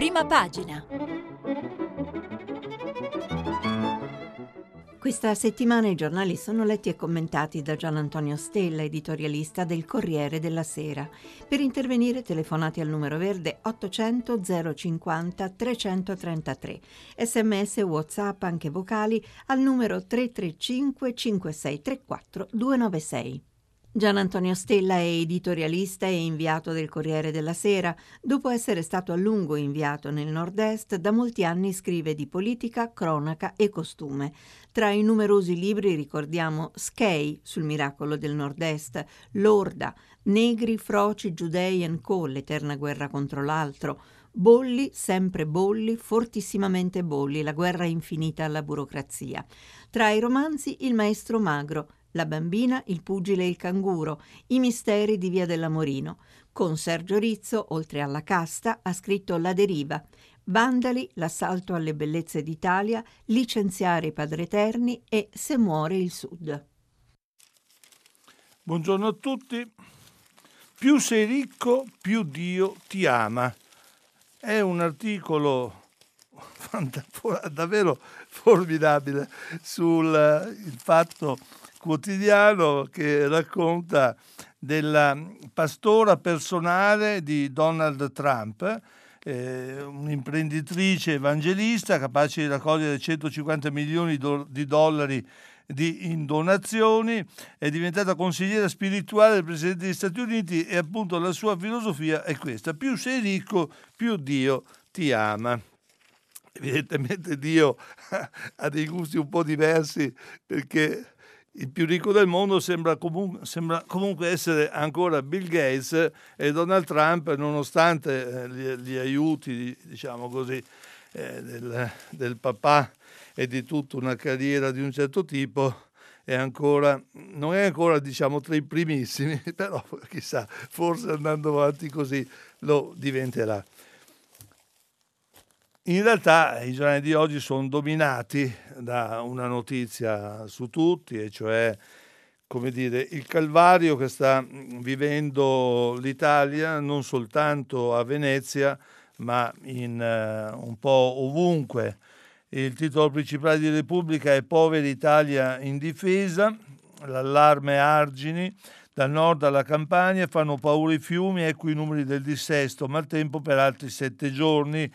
Prima pagina. Questa settimana i giornali sono letti e commentati da Gian Antonio Stella, editorialista del Corriere della Sera. Per intervenire telefonate al numero verde 800 050 333. SMS WhatsApp anche vocali al numero 335 5634 296. Gian Antonio Stella è editorialista e inviato del Corriere della Sera. Dopo essere stato a lungo inviato nel Nord-Est, da molti anni scrive di politica, cronaca e costume. Tra i numerosi libri ricordiamo Skei sul miracolo del Nord-Est, Lorda, Negri, Froci, Giudei & Co., l'eterna guerra contro l'altro, Bolli, sempre Bolli, fortissimamente Bolli, la guerra infinita alla burocrazia. Tra i romanzi Il maestro magro, La bambina, il pugile e il canguro, I misteri di Via dell'Amorino. Con Sergio Rizzo, oltre alla casta, ha scritto La deriva, Vandali, l'assalto alle bellezze d'Italia, Licenziare i padreterni e Se muore il Sud. Buongiorno a tutti. Più sei ricco, più Dio ti ama. È un articolo davvero formidabile sul il Fatto Quotidiano, che racconta della pastora personale di Donald Trump, un'imprenditrice evangelista capace di raccogliere 150 milioni di dollari in donazioni. È diventata consigliera spirituale del Presidente degli Stati Uniti e appunto la sua filosofia è questa: più sei ricco, più Dio ti ama. Evidentemente Dio ha dei gusti un po' diversi, perché il più ricco del mondo sembra comunque essere ancora Bill Gates, e Donald Trump, nonostante gli aiuti, diciamo così, del papà e di tutta una carriera di un certo tipo, non è ancora diciamo tra i primissimi, però chissà, forse andando avanti così lo diventerà. In realtà i giornali di oggi sono dominati da una notizia su tutti, e cioè, come dire, il calvario che sta vivendo l'Italia, non soltanto a Venezia, ma un po' ovunque. Il titolo principale di Repubblica è Povera Italia in difesa, l'allarme Argini, dal nord alla Campania fanno paura i fiumi, ecco i numeri del dissesto, maltempo per altri 7 giorni.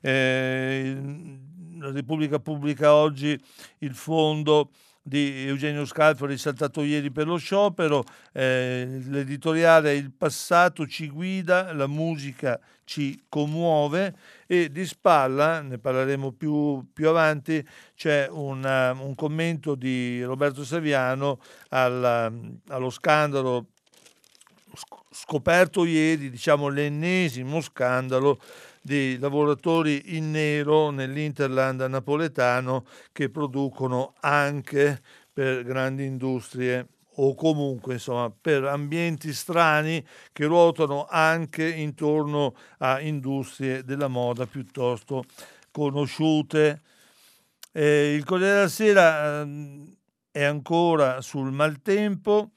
La Repubblica pubblica oggi il fondo di Eugenio Scalfaro risaltato ieri per lo sciopero, l'editoriale Il passato ci guida, la musica ci commuove, e di spalla, ne parleremo più avanti, c'è un commento di Roberto Saviano allo scandalo scoperto ieri, diciamo l'ennesimo scandalo di lavoratori in nero nell'Interland napoletano che producono anche per grandi industrie, o comunque insomma per ambienti strani che ruotano anche intorno a industrie della moda piuttosto conosciute. Il Corriere della Sera è ancora sul maltempo,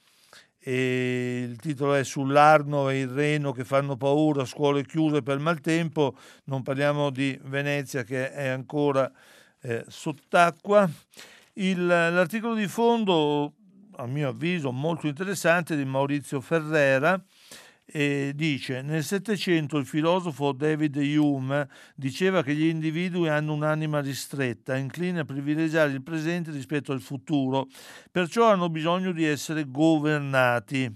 e il titolo è Sull'Arno e il Reno che fanno paura, scuole chiuse per maltempo. Non parliamo di Venezia, che è ancora sott'acqua. L'articolo di fondo, a mio avviso molto interessante, di Maurizio Ferrera, dice: nel Settecento il filosofo David Hume diceva che gli individui hanno un'anima ristretta, incline a privilegiare il presente rispetto al futuro, perciò hanno bisogno di essere governati.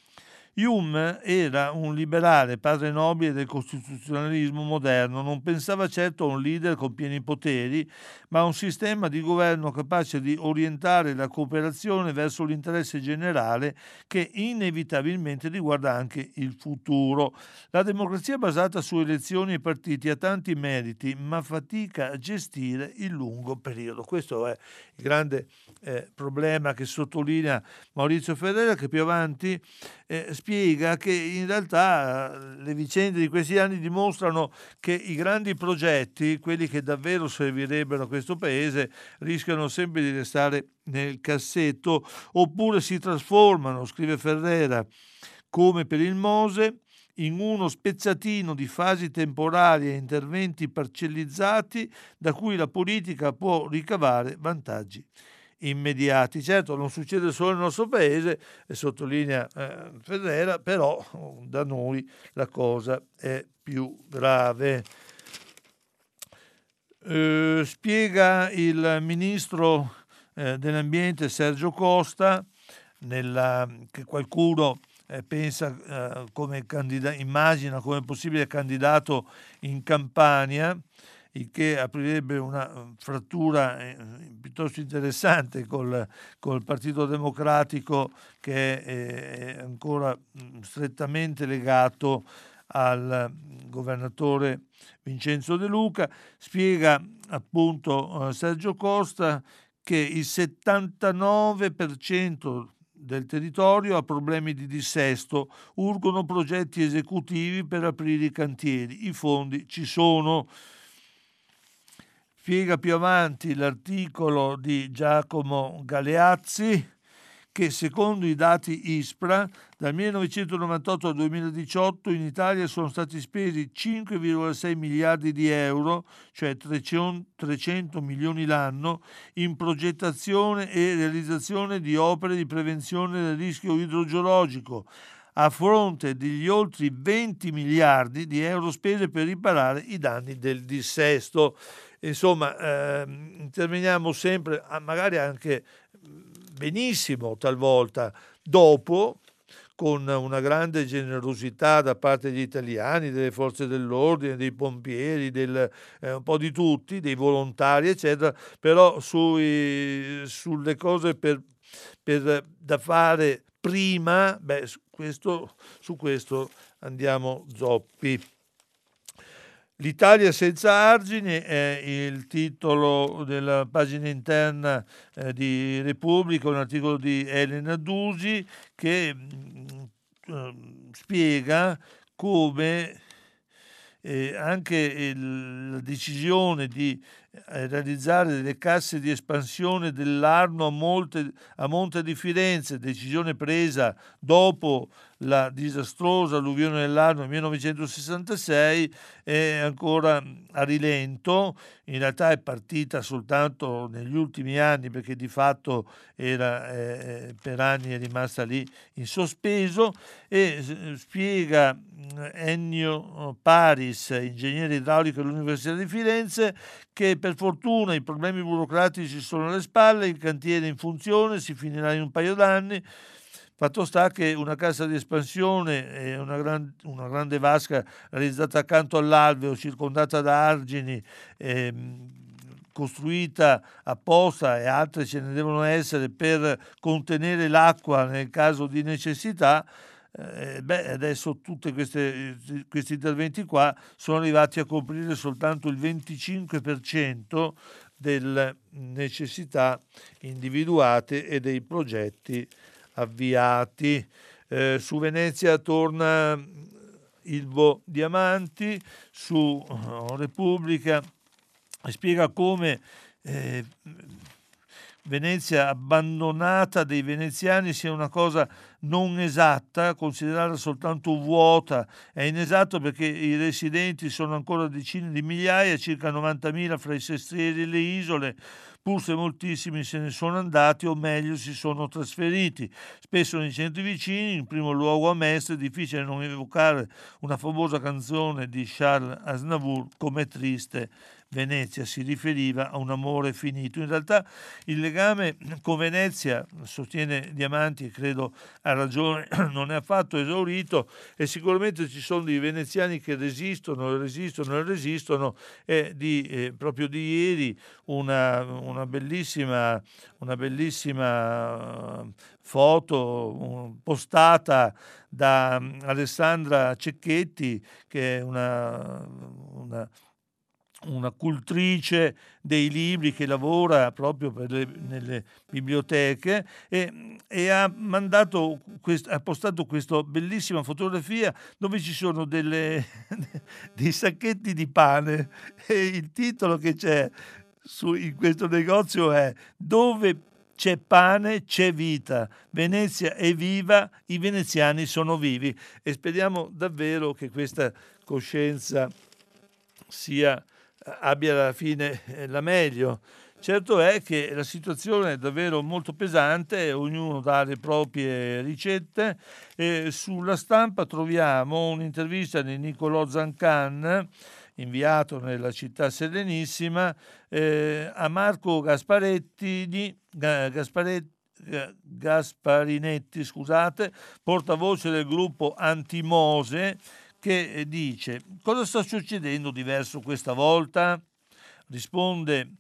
Hume era un liberale, padre nobile del costituzionalismo moderno, non pensava certo a un leader con pieni poteri, ma a un sistema di governo capace di orientare la cooperazione verso l'interesse generale, che inevitabilmente riguarda anche il futuro. La democrazia basata su elezioni e partiti ha tanti meriti, ma fatica a gestire il lungo periodo. Questo è il grande problema che sottolinea Maurizio Ferrera, che più avanti spiega che in realtà le vicende di questi anni dimostrano che i grandi progetti, quelli che davvero servirebbero a questo paese, rischiano sempre di restare nel cassetto, oppure si trasformano, scrive Ferrera, come per il Mose, in uno spezzatino di fasi temporali e interventi parcellizzati da cui la politica può ricavare vantaggi immediati. Certo, non succede solo nel nostro paese, e sottolinea Ferrera, però da noi la cosa è più grave. Spiega il ministro dell'ambiente Sergio Costa, che qualcuno pensa come immagina come possibile candidato in Campania, il che aprirebbe una frattura piuttosto interessante col Partito Democratico, che è ancora strettamente legato al governatore Vincenzo De Luca. Spiega appunto Sergio Costa che il 79% del territorio ha problemi di dissesto, urgono progetti esecutivi per aprire i cantieri, i fondi ci sono. Spiega più avanti l'articolo di Giacomo Galeazzi che secondo i dati ISPRA dal 1998 al 2018 in Italia sono stati spesi 5,6 miliardi di euro, cioè 300 milioni l'anno, in progettazione e realizzazione di opere di prevenzione del rischio idrogeologico, a fronte degli oltre 20 miliardi di euro spese per riparare i danni del dissesto. Insomma, interveniamo sempre, magari anche benissimo talvolta, dopo, con una grande generosità da parte degli italiani, delle forze dell'ordine, dei pompieri, un po' di tutti, dei volontari, eccetera, però sulle cose da fare prima, su questo andiamo zoppi. L'Italia senza argini è il titolo della pagina interna di Repubblica, un articolo di Elena Dusi che spiega come anche la decisione di realizzare delle casse di espansione dell'Arno a Monte di Firenze, decisione presa dopo la disastrosa alluvione dell'Arno nel 1966, è ancora a rilento. In realtà è partita soltanto negli ultimi anni, perché di fatto per anni è rimasta lì in sospeso. E spiega Ennio Paris, ingegnere idraulico all'Università di Firenze, che per fortuna i problemi burocratici sono alle spalle, il cantiere è in funzione, si finirà in un paio d'anni. Fatto sta che una cassa di espansione e una grande vasca realizzata accanto all'alveo, circondata da argini, costruita apposta, e altre ce ne devono essere per contenere l'acqua nel caso di necessità. Adesso tutti questi interventi qua sono arrivati a coprire soltanto il 25% delle necessità individuate e dei progetti avviati. Su Venezia torna Ilvo Diamanti, su Repubblica spiega come Venezia abbandonata dei veneziani sia una cosa non esatta, considerata soltanto vuota. È inesatto perché i residenti sono ancora decine di migliaia, circa 90.000 fra i sestrieri e le isole, pur se moltissimi se ne sono andati, o meglio si sono trasferiti, spesso nei centri vicini, in primo luogo a Mestre. È difficile non evocare una famosa canzone di Charles Aznavour, Com'è triste Venezia, si riferiva a un amore finito. In realtà il legame con Venezia, sostiene Diamanti, e credo ha ragione, non è affatto esaurito, e sicuramente ci sono dei veneziani che resistono. E proprio di ieri una bellissima foto postata da Alessandra Cecchetti, che è una cultrice dei libri, che lavora proprio nelle biblioteche, e ha postato questa bellissima fotografia dove ci sono dei sacchetti di pane, e il titolo che c'è in questo negozio è: dove c'è pane, c'è vita, Venezia è viva, i veneziani sono vivi, e speriamo davvero che questa coscienza abbia alla fine la meglio. Certo è che la situazione è davvero molto pesante, ognuno dà le proprie ricette, e sulla Stampa troviamo un'intervista di Niccolò Zancan, inviato nella città serenissima, a Marco Gasparinetti, scusate, portavoce del gruppo Antimose, che dice: cosa sta succedendo diverso questa volta? Risponde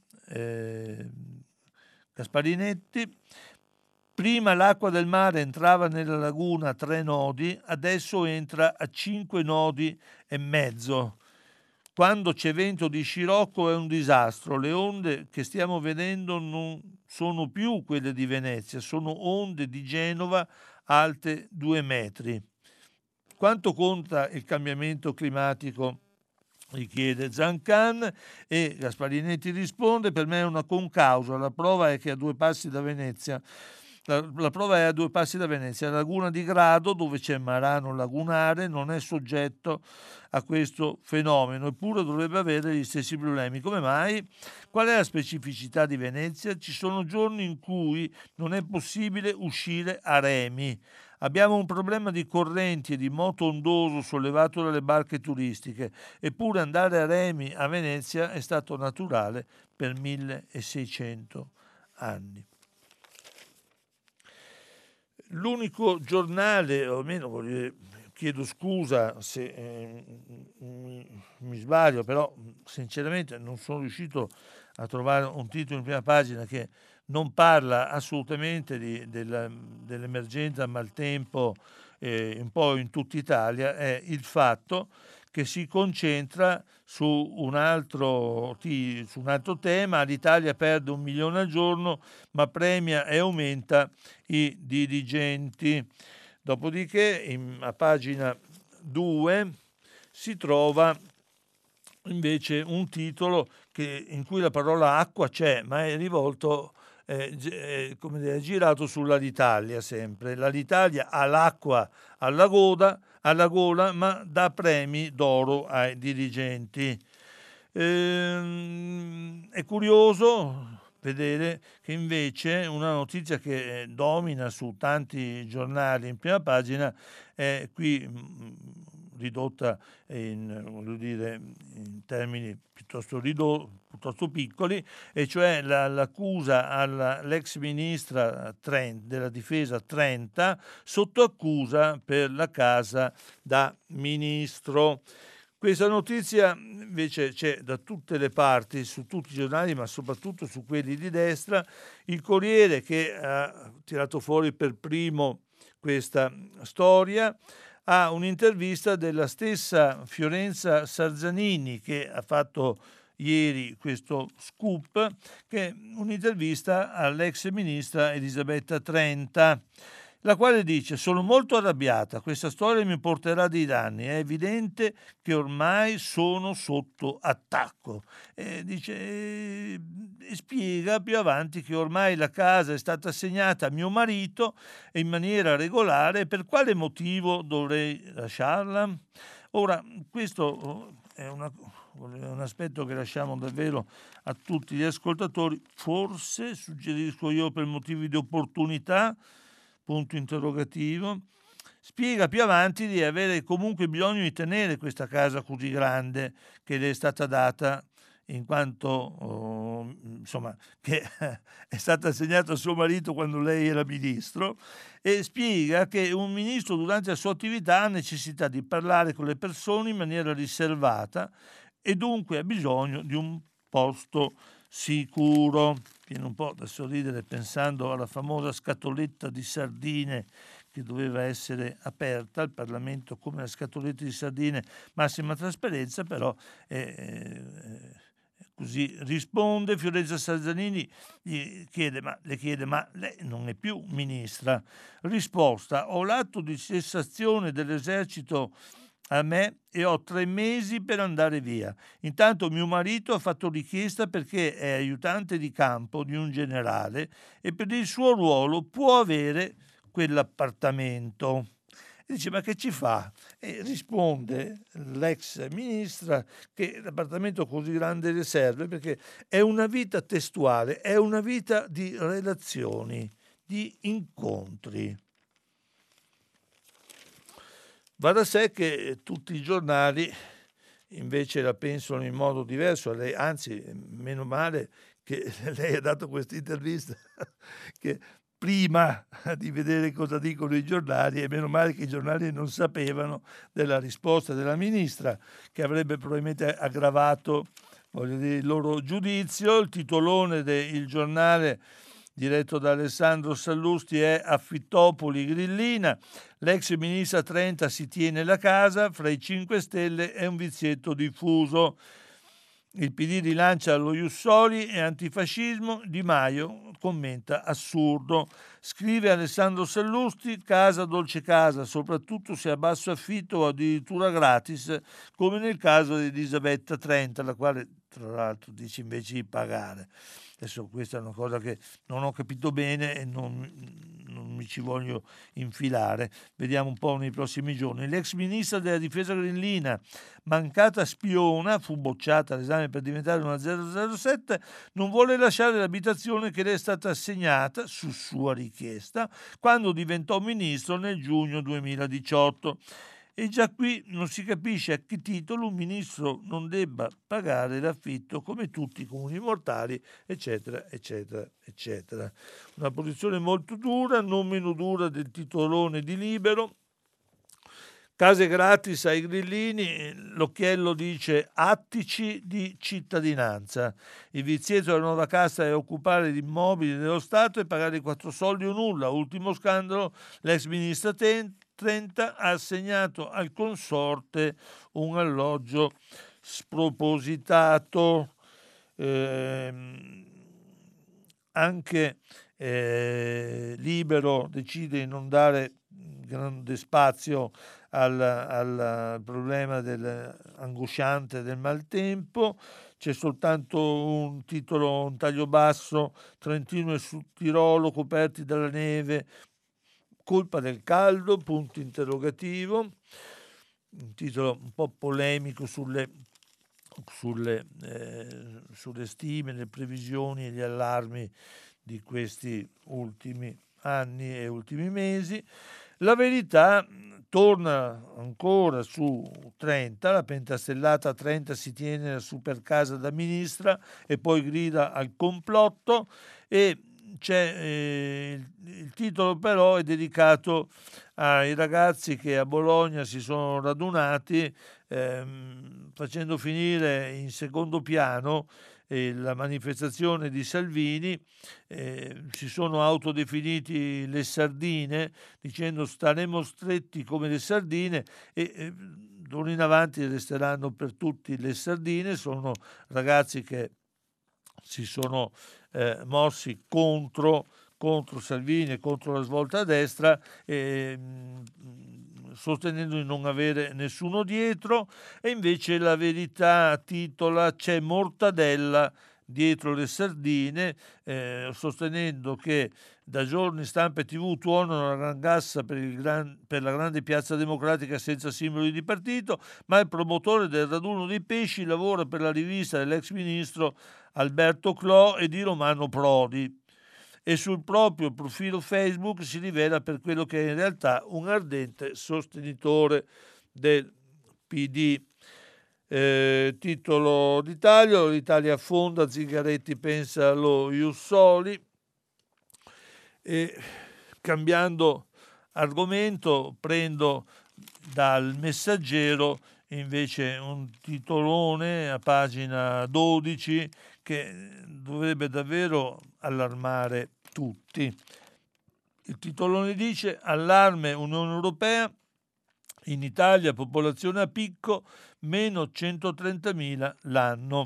Gasparinetti: prima l'acqua del mare entrava nella laguna a 3 nodi, adesso entra a 5 nodi e mezzo. Quando c'è vento di scirocco è un disastro, le onde che stiamo vedendo non sono più quelle di Venezia, sono onde di Genova alte 2 metri. Quanto conta il cambiamento climatico? Richiede Zancan, e Gasparinetti risponde: per me è una concausa, la prova è a 2 passi da Venezia. La prova è a 2 passi da Venezia. La laguna di Grado, dove c'è Marano lagunare, non è soggetto a questo fenomeno, eppure dovrebbe avere gli stessi problemi. Come mai? Qual è la specificità di Venezia? Ci sono giorni in cui non è possibile uscire a remi. Abbiamo un problema di correnti e di moto ondoso sollevato dalle barche turistiche, eppure andare a remi a Venezia è stato naturale per 1600 anni. L'unico giornale, o almeno chiedo scusa se mi sbaglio, però sinceramente non sono riuscito a trovare un titolo in prima pagina che non parla assolutamente dell'emergenza maltempo un po' in tutta Italia, è il fatto che si concentra su un altro tema. L'Italia perde 1 milione al giorno, ma premia e aumenta i dirigenti. Dopodiché, a pagina 2 si trova invece un titolo in cui la parola acqua c'è, ma è rivolto, è girato sull'Alitalia sempre. L'Alitalia ha l'acqua alla gola, ma dà premi d'oro ai dirigenti. È curioso vedere che invece una notizia che domina su tanti giornali in prima pagina è qui ridotta in termini piuttosto piccoli, e cioè l'accusa all'ex ministra della difesa Trenta, sotto accusa per la casa da ministro. Questa notizia invece c'è da tutte le parti, su tutti i giornali, ma soprattutto su quelli di destra. Il Corriere, che ha tirato fuori per primo questa storia, ha un'intervista della stessa Fiorenza Sarzanini, che ha fatto ieri questo scoop, che è un'intervista all'ex ministra Elisabetta Trenta, la quale dice: sono molto arrabbiata, questa storia mi porterà dei danni, è evidente che ormai sono sotto attacco. E spiega più avanti che ormai la casa è stata assegnata a mio marito in maniera regolare, per quale motivo dovrei lasciarla? Ora, questo è un aspetto che lasciamo davvero a tutti gli ascoltatori, forse suggerisco io per motivi di opportunità, punto interrogativo. Spiega più avanti di avere comunque bisogno di tenere questa casa così grande che le è stata data, in quanto che è stata assegnata a suo marito quando lei era ministro, e spiega che un ministro durante la sua attività ha necessità di parlare con le persone in maniera riservata e dunque ha bisogno di un posto sicuro. Viene un po' da sorridere pensando alla famosa scatoletta di sardine che doveva essere aperta al Parlamento come la scatoletta di sardine, massima trasparenza, però così risponde. Fiorenza Sarzanini le chiede: ma lei non è più ministra? Risposta: ho l'atto di cessazione dell'esercito a me e ho 3 mesi per andare via. Intanto mio marito ha fatto richiesta perché è aiutante di campo di un generale e per il suo ruolo può avere quell'appartamento. E dice: ma che ci fa? E risponde l'ex ministra che l'appartamento così grande le serve perché è una vita testuale, è una vita di relazioni, di incontri. Va da sé che tutti i giornali invece la pensano in modo diverso, lei, anzi, meno male che lei ha dato questa intervista che prima di vedere cosa dicono i giornali, e meno male che i giornali non sapevano della risposta della ministra, che avrebbe probabilmente aggravato, voglio dire, il loro giudizio. Il titolone del giornale diretto da Alessandro Sallusti è Affittopoli Grillina, l'ex ministra Trenta si tiene la casa, fra i 5 Stelle è un vizietto diffuso. Il PD rilancia lo Ius Soli e antifascismo, Di Maio commenta assurdo. Scrive Alessandro Sallusti, casa dolce casa, soprattutto se a basso affitto o addirittura gratis, come nel caso di Elisabetta Trenta, la quale tra l'altro dice invece di pagare. Adesso questa è una cosa che non ho capito bene e non mi ci voglio infilare. Vediamo un po' nei prossimi giorni. L'ex ministra della difesa Grillina, mancata spiona, fu bocciata all'esame per diventare una 007, non vuole lasciare l'abitazione che le è stata assegnata su sua richiesta quando diventò ministro nel giugno 2018. E già qui non si capisce a che titolo un ministro non debba pagare l'affitto come tutti i comuni mortali, eccetera, eccetera, eccetera. Una posizione molto dura, non meno dura del titolone di Libero. Case gratis ai grillini, l'occhiello dice attici di cittadinanza. Il vizietto della nuova cassa è occupare gli immobili dello Stato e pagare 4 soldi o nulla. Ultimo scandalo, l'ex ministra Trenta ha assegnato al consorte un alloggio spropositato. Anche Libero decide di non dare grande spazio al problema angosciante del maltempo. C'è soltanto un titolo, un taglio basso: Trentino e Sud Tirolo coperti dalla neve, colpa del caldo, punto interrogativo. Un titolo un po' polemico sulle stime, le previsioni e gli allarmi di questi ultimi anni e ultimi mesi. La Verità torna ancora su Trenta, la pentastellata Trenta si tiene la super casa da ministra e poi grida al complotto, e c'è il titolo però è dedicato ai ragazzi che a Bologna si sono radunati, facendo finire in secondo piano la manifestazione di Salvini. Si sono autodefiniti le sardine, dicendo staremo stretti come le sardine, e d'ora in avanti resteranno per tutti le sardine. Sono ragazzi che si sono mossi contro Salvini e contro la svolta a destra, sostenendo di non avere nessuno dietro. E invece La Verità titola "C'è mortadella dietro le sardine", sostenendo che da giorni Stampa e TV tuonano la grangassa per la grande piazza democratica senza simboli di partito, ma il promotore del raduno dei pesci lavora per la rivista dell'ex ministro Alberto Clò e di Romano Prodi, e sul proprio profilo Facebook si rivela per quello che è in realtà un ardente sostenitore del PD. Titolo d'Italia: l'Italia affonda, Zingaretti pensa allo Ius Soli. E cambiando argomento, prendo dal Messaggero invece un titolone a pagina 12 che dovrebbe davvero allarmare tutti. Il titolone dice: allarme Unione Europea, in Italia popolazione a picco, meno 130.000 l'anno.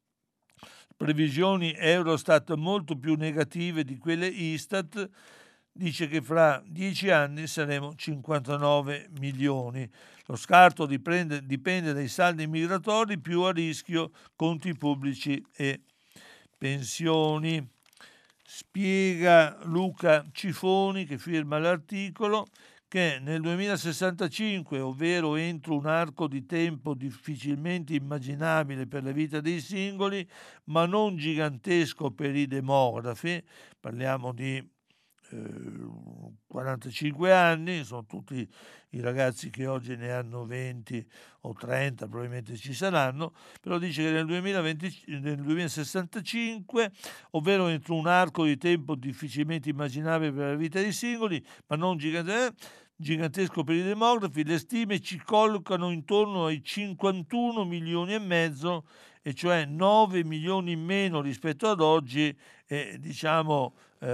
Previsioni Eurostat molto più negative di quelle Istat, dice che fra 10 anni saremo 59 milioni. Lo scarto dipende dai saldi migratori, più a rischio conti pubblici e pensioni. Spiega Luca Cifoni, che firma l'articolo, che nel 2065, ovvero entro un arco di tempo difficilmente immaginabile per la vita dei singoli, ma non gigantesco per i demografi, parliamo di 45 anni, sono tutti i ragazzi che oggi ne hanno 20 o 30, probabilmente ci saranno, però dice che nel 2065, ovvero entro un arco di tempo difficilmente immaginabile per la vita dei singoli, ma non gigantesco per i demografi, le stime ci collocano intorno ai 51 milioni e mezzo, e cioè 9 milioni in meno rispetto ad oggi, e diciamo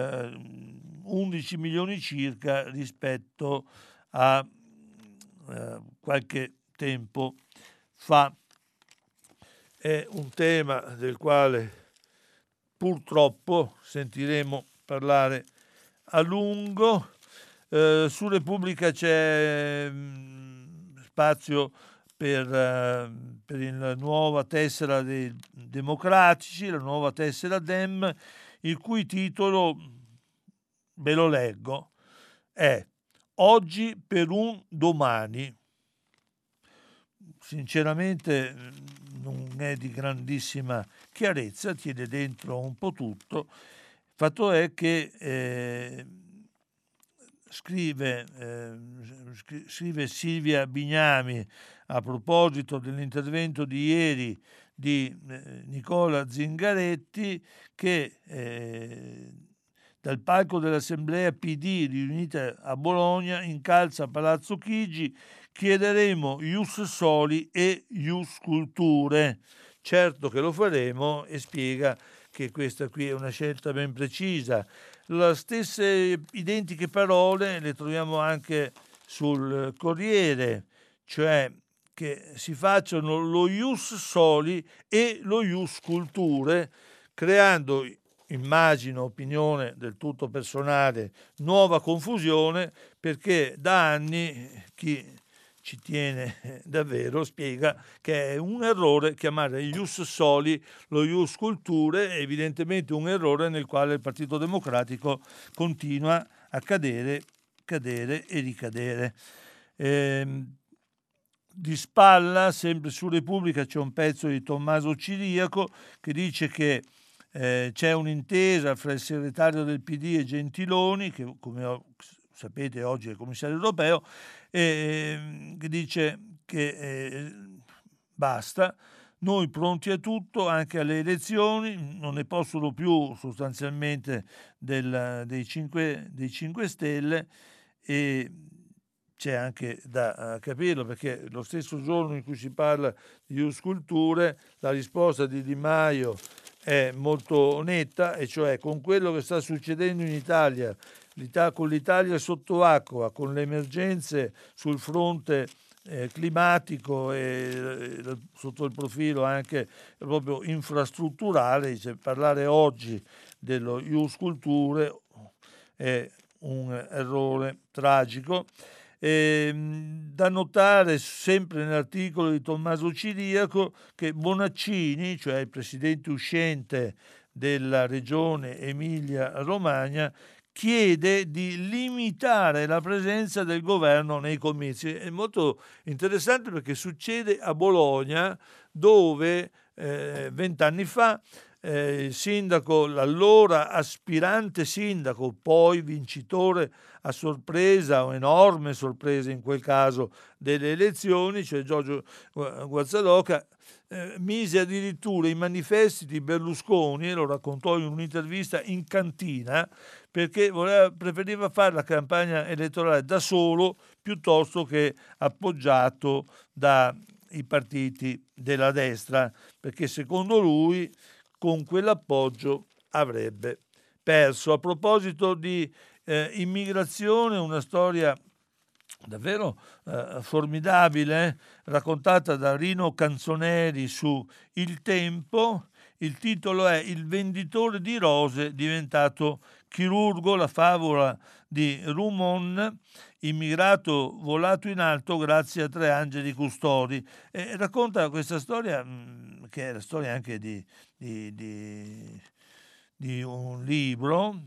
11 milioni circa rispetto a qualche tempo fa. È un tema del quale purtroppo sentiremo parlare a lungo. Su Repubblica c'è spazio per la nuova tessera dei democratici, la nuova tessera Dem, il cui titolo, ve lo leggo, è Oggi per un domani. Sinceramente non è di grandissima chiarezza, tiene dentro un po' tutto. Il fatto è che scrive Silvia Bignami a proposito dell'intervento di ieri di Nicola Zingaretti, che dal palco dell'Assemblea PD riunita a Bologna incalza Palazzo Chigi: chiederemo ius soli e ius culture. Certo che lo faremo, e spiega che questa qui è una scelta ben precisa. Le stesse identiche parole le troviamo anche sul Corriere, cioè che si facciano lo ius soli e lo ius culture, creando, immagino, opinione del tutto personale, nuova confusione, perché da anni chi ci tiene davvero spiega che è un errore chiamare ius soli lo ius culture, è evidentemente un errore nel quale il Partito Democratico continua a cadere e ricadere. Di spalla, sempre su Repubblica, c'è un pezzo di Tommaso Ciriaco che dice che c'è un'intesa fra il segretario del PD e Gentiloni, che come sapete oggi è commissario europeo, che dice che basta, noi pronti a tutto, anche alle elezioni, non ne possono più sostanzialmente dei 5 Stelle, e c'è anche da capirlo, perché lo stesso giorno in cui si parla di ius culture la risposta di Di Maio è molto netta, e cioè: con quello che sta succedendo in Italia, con l'Italia sotto acqua, con le emergenze sul fronte climatico e sotto il profilo anche proprio infrastrutturale, dice, parlare oggi dello ius culture è un errore tragico. Da notare, sempre nell'articolo di Tommaso Ciriaco, che Bonaccini, cioè il presidente uscente della regione Emilia-Romagna, chiede di limitare la presenza del governo nei comizi. È molto interessante perché succede a Bologna, dove 20 anni fa il sindaco, l'allora aspirante sindaco, poi vincitore a sorpresa, o enorme sorpresa in quel caso, delle elezioni, cioè Giorgio Guazzaloca, mise addirittura i manifesti di Berlusconi, e lo raccontò in un'intervista, in cantina, perché preferiva fare la campagna elettorale da solo piuttosto che appoggiato dai partiti della destra, perché secondo lui con quell'appoggio avrebbe perso. A proposito di immigrazione, una storia davvero formidabile, raccontata da Rino Canzoneri su Il Tempo. Il titolo è Il venditore di rose diventato chirurgo, la favola di Rumon, immigrato volato in alto grazie a 3 angeli custodi. E racconta questa storia, che è la storia anche di un libro,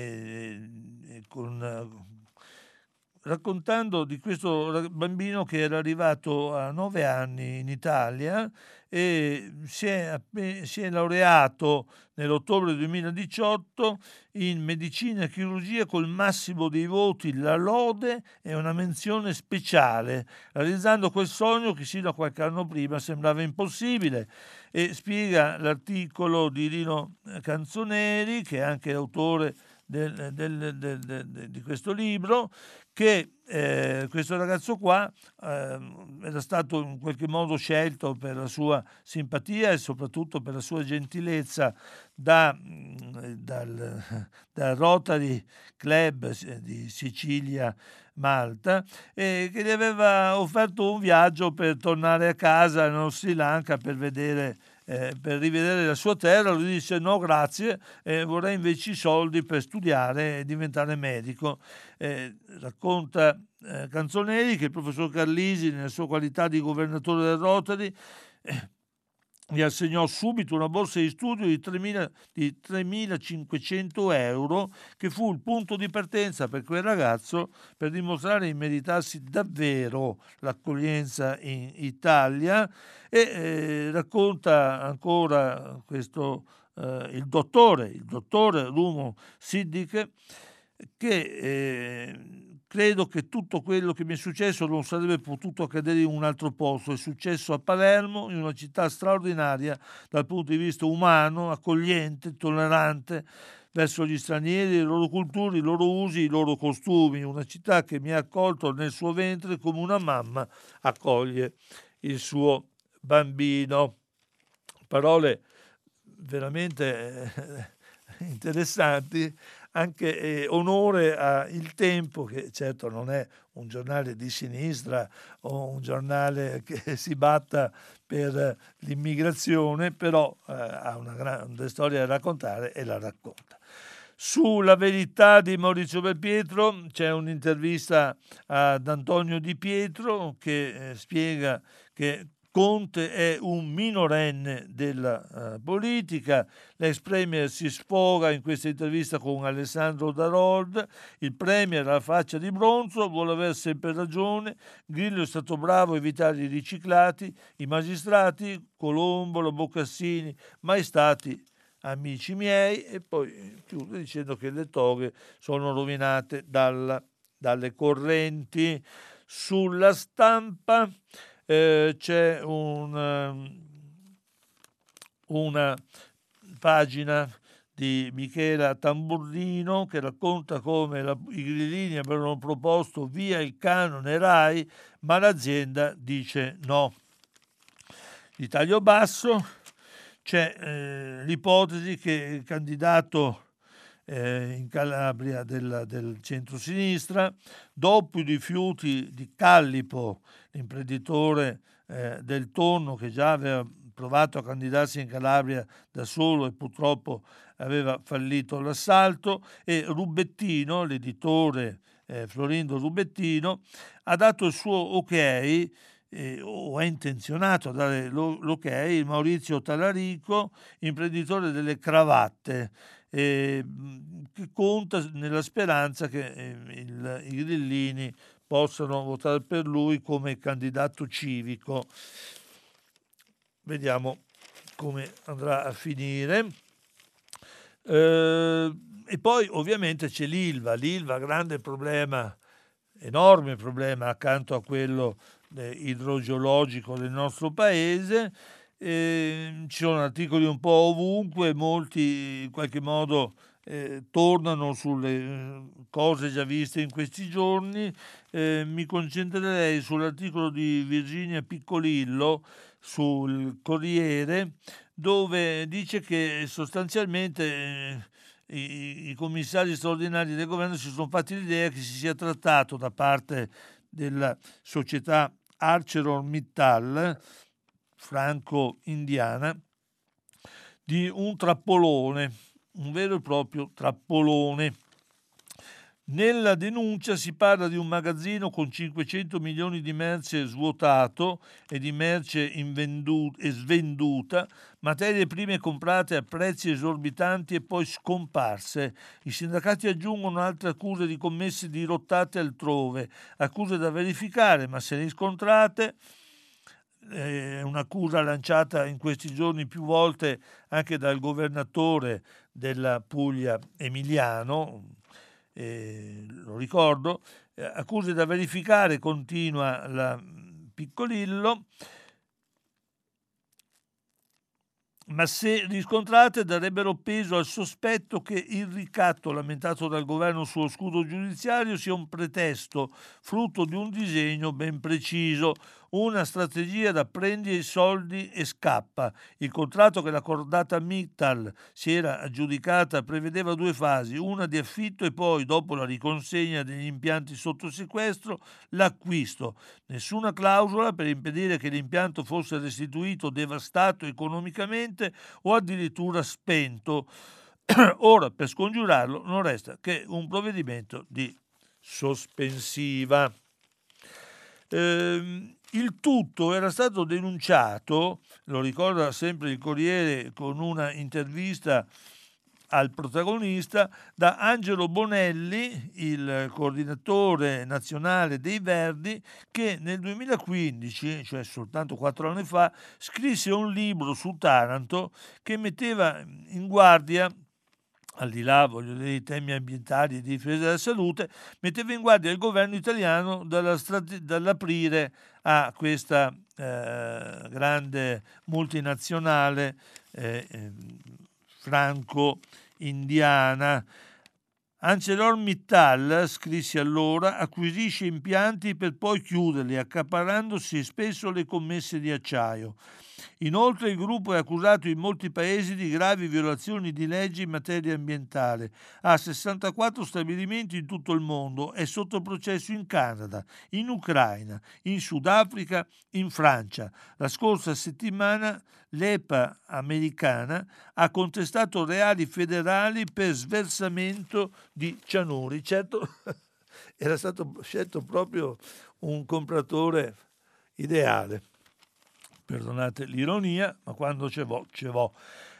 raccontando di questo bambino che era arrivato a 9 anni in Italia e si è laureato nell'ottobre 2018 in medicina e chirurgia col massimo dei voti, la lode e una menzione speciale, realizzando quel sogno che sino a qualche anno prima sembrava impossibile. E spiega l'articolo di Rino Canzoneri, che è anche autore di questo libro, che questo ragazzo qua era stato in qualche modo scelto per la sua simpatia e soprattutto per la sua gentilezza dal Rotary Club di Sicilia, Malta, e che gli aveva offerto un viaggio per tornare a casa nello Sri Lanka per rivedere la sua terra. Lui disse no grazie, vorrei invece i soldi per studiare e diventare medico. Racconta Canzoneri che il professor Carlisi, nella sua qualità di governatore del Rotary, gli assegnò subito una borsa di studio di 3.500 euro, che fu il punto di partenza per quel ragazzo per dimostrare di meritarsi davvero l'accoglienza in Italia. E racconta ancora questo il dottore Rumo Siddiq, che credo che tutto quello che mi è successo non sarebbe potuto accadere in un altro posto. È successo a Palermo, in una città straordinaria dal punto di vista umano, accogliente, tollerante verso gli stranieri, le loro culture, i loro usi, i loro costumi. Una città che mi ha accolto nel suo ventre come una mamma accoglie il suo bambino. Parole veramente interessanti. Anche onore a Il Tempo, che certo non è un giornale di sinistra o un giornale che si batta per l'immigrazione, però ha una grande storia da raccontare e la racconta. Sulla Verità di Maurizio Belpietro c'è un'intervista ad Antonio Di Pietro che spiega che Conte è un minorenne della politica. L'ex premier si sfoga in questa intervista con Alessandro Darold. Il premier ha la faccia di bronzo, vuole aver sempre ragione. Grillo è stato bravo a evitare i riciclati. I magistrati, Colombo, Boccassini, mai stati amici miei. E poi chiude dicendo che le toghe sono rovinate dalle correnti. Sulla Stampa c'è una pagina di Michela Tamburrino che racconta come i grillini avevano proposto via il canone Rai, ma l'azienda dice no. Di taglio basso c'è l'ipotesi che il candidato in Calabria del centro-sinistra, dopo i rifiuti di Callipo, l'imprenditore del tonno che già aveva provato a candidarsi in Calabria da solo e purtroppo aveva fallito l'assalto, e Rubettino, l'editore Florindo Rubettino, ha dato il suo ok, o è intenzionato a dare l'ok, Maurizio Talarico, imprenditore delle cravatte, che conta nella speranza che i grillini possano votare per lui come candidato civico. Vediamo come andrà a finire. E poi ovviamente c'è l'Ilva, grande problema, enorme problema accanto a quello idrogeologico del nostro paese. Ci sono articoli un po' ovunque, molti in qualche modo tornano sulle cose già viste in questi giorni. Mi concentrerei sull'articolo di Virginia Piccolillo sul Corriere, dove dice che sostanzialmente i commissari straordinari del governo si sono fatti l'idea che si sia trattato da parte della società ArcelorMittal franco-indiana di un trappolone un vero e proprio trappolone. Nella denuncia si parla di un magazzino con 500 milioni di merce svuotato e di merce svenduta, materie prime comprate a prezzi esorbitanti e poi scomparse. I sindacati aggiungono altre accuse di commesse dirottate altrove, accuse da verificare, ma se riscontrate, è un'accusa lanciata in questi giorni più volte anche dal governatore della Puglia Emiliano, lo ricordo, accuse da verificare, continua la Piccolillo, ma se riscontrate darebbero peso al sospetto che il ricatto lamentato dal governo sullo scudo giudiziario sia un pretesto, frutto di un disegno ben preciso, una strategia da prendi i soldi e scappa. Il contratto che la cordata Mittal si era aggiudicata prevedeva 2 fasi, una di affitto e poi, dopo la riconsegna degli impianti sotto sequestro, l'acquisto. Nessuna clausola per impedire che l'impianto fosse restituito devastato economicamente o addirittura spento. Ora, per scongiurarlo, non resta che un provvedimento di sospensiva. Il tutto era stato denunciato, lo ricorda sempre il Corriere con una intervista al protagonista, da Angelo Bonelli, il coordinatore nazionale dei Verdi, che nel 2015, cioè soltanto 4 anni fa, scrisse un libro su Taranto che metteva in guardia, al di là dei temi ambientali e di difesa della salute, metteva in guardia il governo italiano dall'aprire a questa grande multinazionale franco-indiana. ArcelorMittal, scrisse allora, acquisisce impianti per poi chiuderli, accaparrandosi spesso le commesse di acciaio. Inoltre il gruppo è accusato in molti paesi di gravi violazioni di leggi in materia ambientale. Ha 64 stabilimenti in tutto il mondo, è sotto processo in Canada, in Ucraina, in Sudafrica, in Francia. La scorsa settimana l'EPA americana ha contestato reali federali per sversamento di cianuri. Certo, era stato scelto proprio un compratore ideale. Perdonate l'ironia, ma quando ce vo', ce vo'.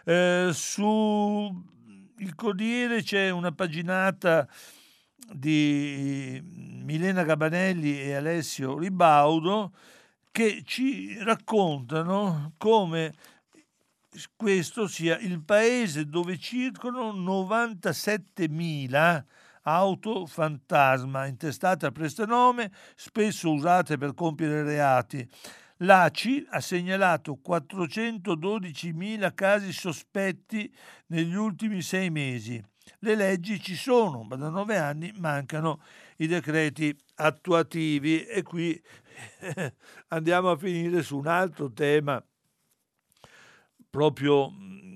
Su il Corriere c'è una paginata di Milena Gabanelli e Alessio Ribaudo che ci raccontano come questo sia il paese dove circolano 97.000 auto fantasma intestate a prestanome, spesso usate per compiere reati. L'ACI ha segnalato 412.000 casi sospetti negli ultimi 6 mesi. Le leggi ci sono, ma da 9 anni mancano i decreti attuativi. E qui andiamo a finire su un altro tema proprio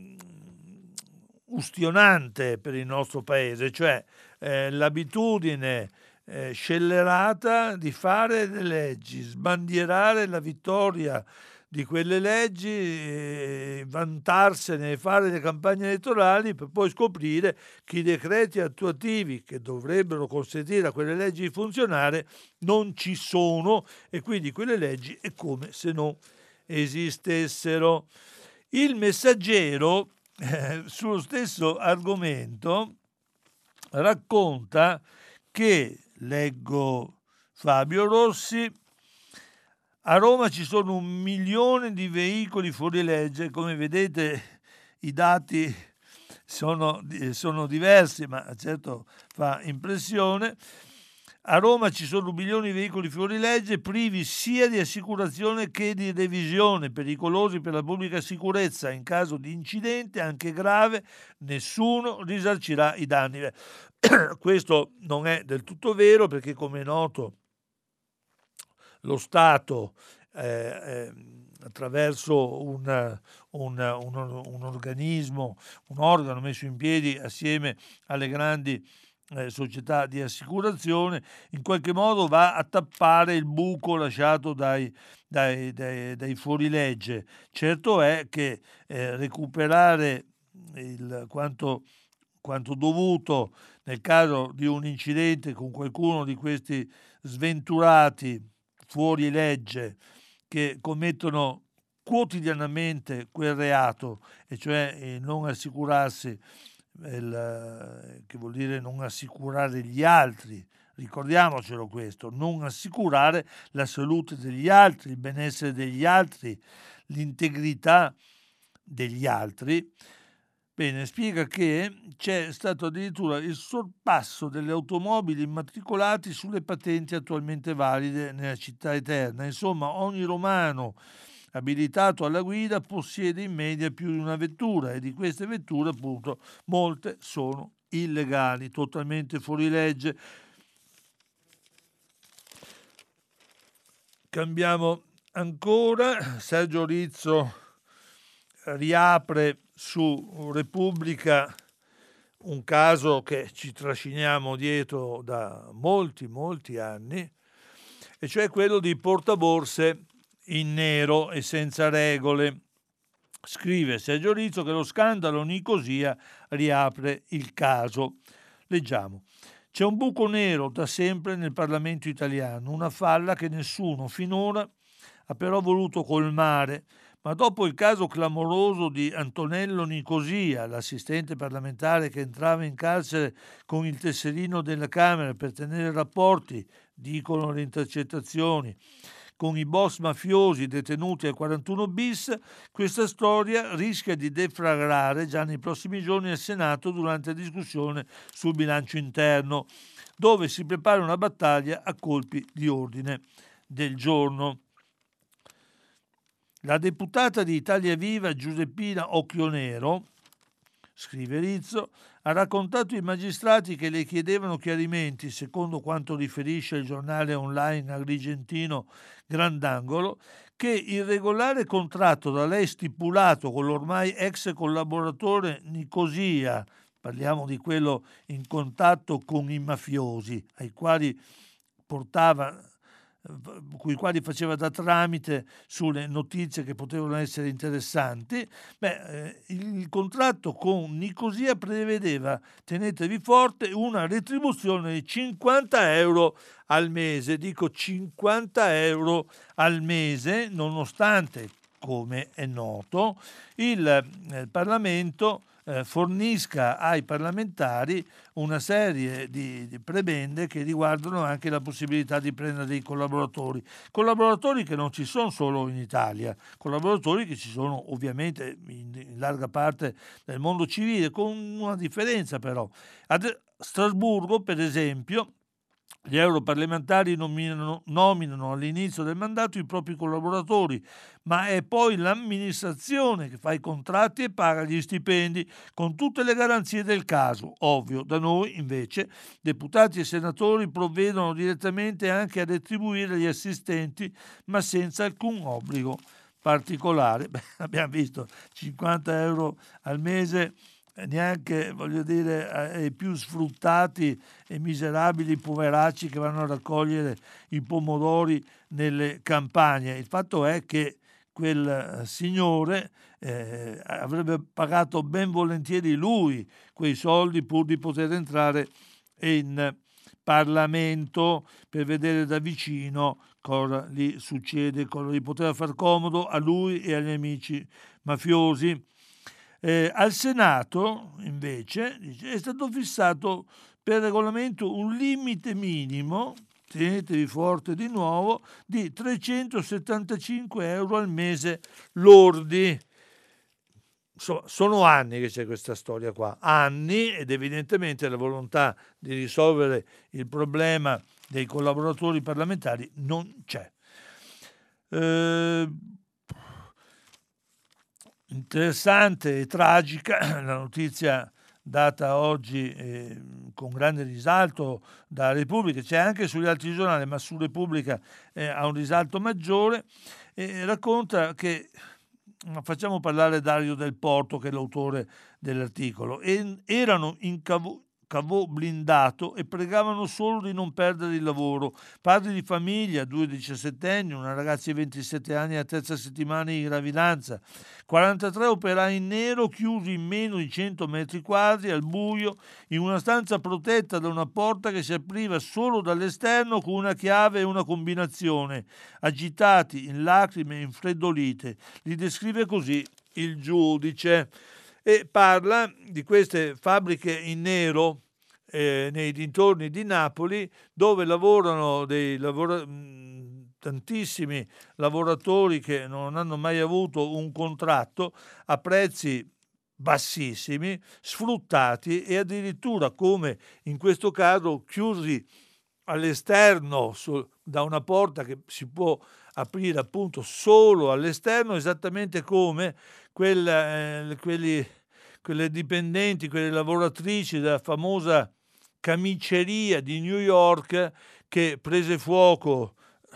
ustionante per il nostro paese, cioè l'abitudine scellerata di fare le leggi, sbandierare la vittoria di quelle leggi, vantarsene e fare le campagne elettorali per poi scoprire che i decreti attuativi che dovrebbero consentire a quelle leggi di funzionare non ci sono e quindi quelle leggi è come se non esistessero. Il Messaggero, sullo stesso argomento, racconta che, leggo Fabio Rossi, a Roma ci sono 1 milione di veicoli fuori legge. Come vedete i dati sono diversi, ma certo fa impressione. A Roma ci sono 1 milione di veicoli fuori legge, privi sia di assicurazione che di revisione, pericolosi per la pubblica sicurezza. In caso di incidente, anche grave, nessuno risarcirà i danni. Questo non è del tutto vero perché, come è noto, lo Stato attraverso un organismo, un organo messo in piedi assieme alle grandi società di assicurazione, in qualche modo va a tappare il buco lasciato dai fuorilegge. Certo è che recuperare quanto quanto dovuto nel caso di un incidente con qualcuno di questi sventurati fuori legge che commettono quotidianamente quel reato, e cioè non assicurarsi, che vuol dire non assicurare gli altri. Ricordiamocelo questo, non assicurare la salute degli altri, il benessere degli altri, l'integrità degli altri. Bene, spiega che c'è stato addirittura il sorpasso delle automobili immatricolate sulle patenti attualmente valide nella città eterna. Insomma, ogni romano abilitato alla guida possiede in media più di una vettura, e di queste vetture appunto molte sono illegali, totalmente fuori legge. Cambiamo ancora. Sergio Rizzo riapre su Repubblica un caso che ci trasciniamo dietro da molti anni, e cioè quello di portaborse in nero e senza regole. Scrive Sergio Rizzo che lo scandalo Nicosia riapre il caso. Leggiamo. C'è un buco nero da sempre nel Parlamento italiano, una falla che nessuno finora ha però voluto colmare, ma dopo il caso clamoroso di Antonello Nicosia, l'assistente parlamentare che entrava in carcere con il tesserino della Camera per tenere rapporti, dicono le intercettazioni, con i boss mafiosi detenuti al 41 bis, questa storia rischia di deflagrare già nei prossimi giorni al Senato durante la discussione sul bilancio interno, dove si prepara una battaglia a colpi di ordine del giorno. La deputata di Italia Viva Giuseppina Occhionero, scrive Rizzo, ha raccontato ai magistrati che le chiedevano chiarimenti, secondo quanto riferisce il giornale online agrigentino Grandangolo, che il regolare contratto da lei stipulato con l'ormai ex collaboratore Nicosia, parliamo di quello in contatto con i mafiosi, ai quali con i quali faceva da tramite sulle notizie che potevano essere interessanti. Il contratto con Nicosia prevedeva, tenetevi forte, una retribuzione di 50 euro al mese, dico 50 euro al mese, nonostante, come è noto, il Parlamento fornisca ai parlamentari una serie di prebende che riguardano anche la possibilità di prendere dei collaboratori che non ci sono solo in Italia, collaboratori che ci sono ovviamente in larga parte del mondo civile, con una differenza però. A Strasburgo, per esempio, gli europarlamentari nominano all'inizio del mandato i propri collaboratori, ma è poi l'amministrazione che fa i contratti e paga gli stipendi con tutte le garanzie del caso. Ovvio, da noi invece deputati e senatori provvedono direttamente anche a retribuire gli assistenti, ma senza alcun obbligo particolare. Abbiamo visto 50 euro al mese, neanche, voglio dire, ai più sfruttati e miserabili poveracci che vanno a raccogliere i pomodori nelle campagne. Il fatto è che quel signore avrebbe pagato ben volentieri lui quei soldi pur di poter entrare in Parlamento per vedere da vicino cosa gli succede, cosa gli poteva far comodo a lui e agli amici mafiosi. Al Senato, invece, è stato fissato per regolamento un limite minimo, tenetevi forte di nuovo, di 375 euro al mese lordi. Sono anni che c'è questa storia qua, anni, ed evidentemente la volontà di risolvere il problema dei collaboratori parlamentari non c'è. Interessante e tragica la notizia data oggi con grande risalto da Repubblica, c'è anche sugli altri giornali, ma su Repubblica ha un risalto maggiore, racconta che, facciamo parlare Dario Del Porto che è l'autore dell'articolo, erano cavò blindato e pregavano solo di non perdere il lavoro. Padri di famiglia, 2 diciassettenni, una ragazza di 27 anni a terza settimana di gravidanza, 43 operai in nero chiusi in meno di 100 metri quadri al buio in una stanza protetta da una porta che si apriva solo dall'esterno con una chiave e una combinazione, agitati in lacrime infreddolite. Li descrive così il giudice e parla di queste fabbriche in nero nei dintorni di Napoli, dove lavorano tantissimi lavoratori che non hanno mai avuto un contratto a prezzi bassissimi, sfruttati e addirittura, come in questo caso, chiusi all'esterno da una porta che si può aprire appunto solo all'esterno, esattamente come quelle dipendenti, quelle lavoratrici della famosa camiceria di New York che prese fuoco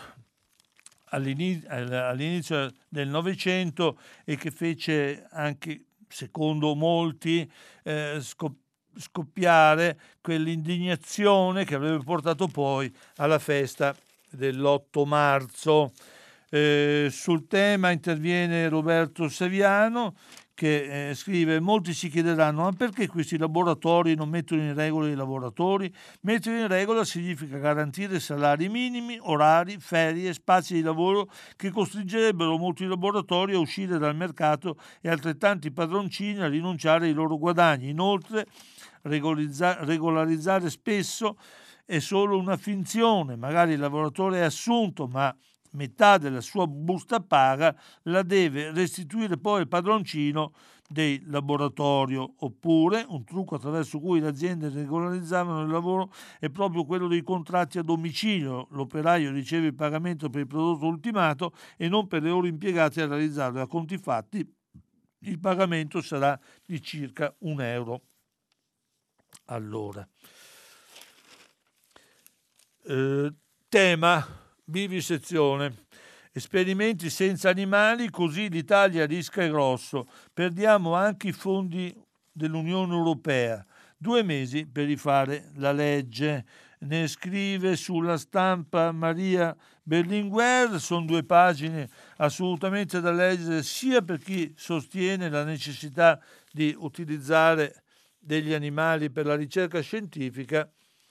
all'inizio del Novecento e che fece anche, secondo molti, scoppiare quell'indignazione che avrebbe portato poi alla festa dell'8 marzo. Sul tema interviene Roberto Saviano, che scrive: molti si chiederanno ma perché questi laboratori non mettono in regola i lavoratori? Mettere in regola significa garantire salari minimi, orari, ferie, spazi di lavoro che costringerebbero molti laboratori a uscire dal mercato e altrettanti padroncini a rinunciare ai loro guadagni. Inoltre regolarizzare spesso è solo una finzione, magari il lavoratore è assunto ma metà della sua busta paga la deve restituire poi il padroncino del laboratorio. Oppure un trucco attraverso cui le aziende regolarizzavano il lavoro è proprio quello dei contratti a domicilio. L'operaio riceve il pagamento per il prodotto ultimato e non per le ore impiegate a realizzarlo. A conti fatti il pagamento sarà di circa €1 all'ora. Tema vivisezione. Esperimenti senza animali, così l'Italia rischia grosso. Perdiamo anche i fondi dell'Unione Europea. 2 mesi per rifare la legge. Ne scrive sulla Stampa Maria Berlinguer. Sono 2 pagine assolutamente da leggere sia per chi sostiene la necessità di utilizzare degli animali per la ricerca scientifica,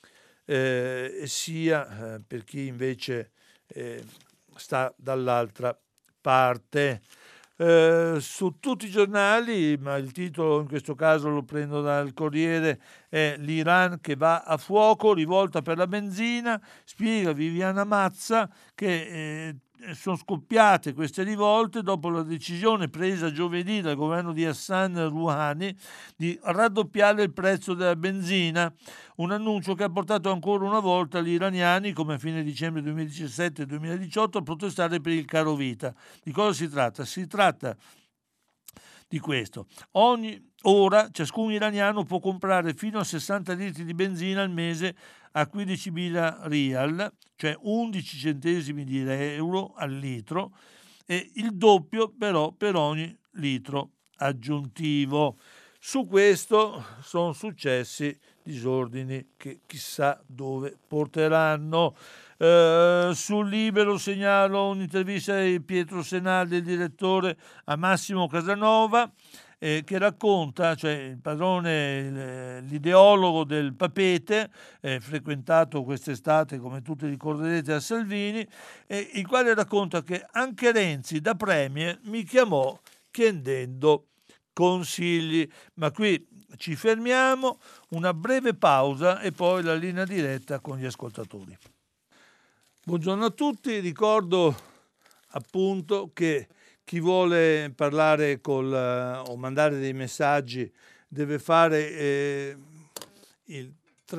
sia per chi invece sta dall'altra parte. Su tutti i giornali, ma il titolo in questo caso lo prendo dal Corriere, è l'Iran che va a fuoco, rivolta per la benzina. Spiega Viviana Mazza che sono scoppiate queste rivolte dopo la decisione presa giovedì dal governo di Hassan Rouhani di raddoppiare il prezzo della benzina, un annuncio che ha portato ancora una volta gli iraniani, come a fine dicembre 2017 e 2018, a protestare per il caro vita. Di cosa si tratta? Si tratta di questo: ogni ora ciascun iraniano può comprare fino a 60 litri di benzina al mese a 15.000 rial, cioè 11 centesimi di euro al litro, e il doppio però per ogni litro aggiuntivo. Su questo sono successi disordini che chissà dove porteranno. Sul Libero segnalo un'intervista di Pietro Senaldi, il direttore, a Massimo Casanova, che racconta, cioè il padrone, l'ideologo del Papete, frequentato quest'estate, come tutti ricorderete, a Salvini, il quale racconta che anche Renzi da premier mi chiamò chiedendo consigli. Ma qui ci fermiamo, una breve pausa e poi la linea diretta con gli ascoltatori. Buongiorno a tutti, ricordo appunto che chi vuole parlare o mandare dei messaggi deve fare il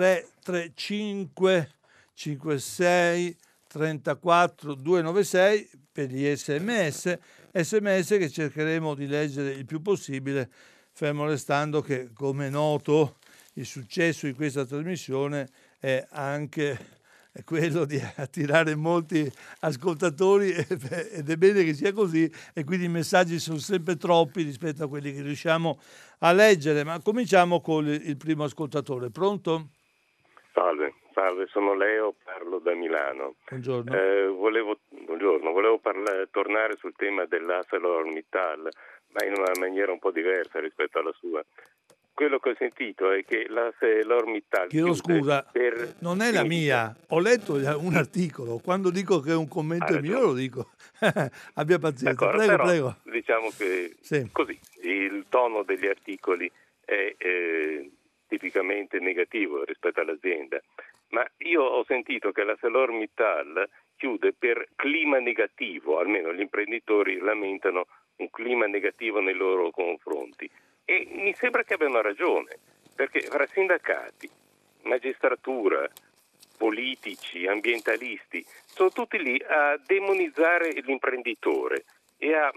335 56 34 296 per gli sms che cercheremo di leggere il più possibile, fermo restando che, come è noto, il successo di questa trasmissione è anche è quello di attirare molti ascoltatori ed è bene che sia così, e quindi i messaggi sono sempre troppi rispetto a quelli che riusciamo a leggere. Ma cominciamo con il primo ascoltatore. Pronto? Salve, sono Leo, parlo da Milano. Buongiorno. Volevo tornare sul tema dell'ArcelorMittal, ma in una maniera un po' diversa rispetto alla sua. Quello che ho sentito è che l'ArcelorMittal... Chiedo scusa, non è la mia, ho letto un articolo, quando dico che è un commento è mio lo dico. Abbia pazienza, prego. Diciamo che sì. Così, il tono degli articoli è tipicamente negativo rispetto all'azienda, ma io ho sentito che l'ArcelorMittal chiude per clima negativo, almeno gli imprenditori lamentano un clima negativo nei loro confronti, e mi sembra che abbiano ragione, perché fra sindacati, magistratura, politici, ambientalisti, sono tutti lì a demonizzare l'imprenditore e a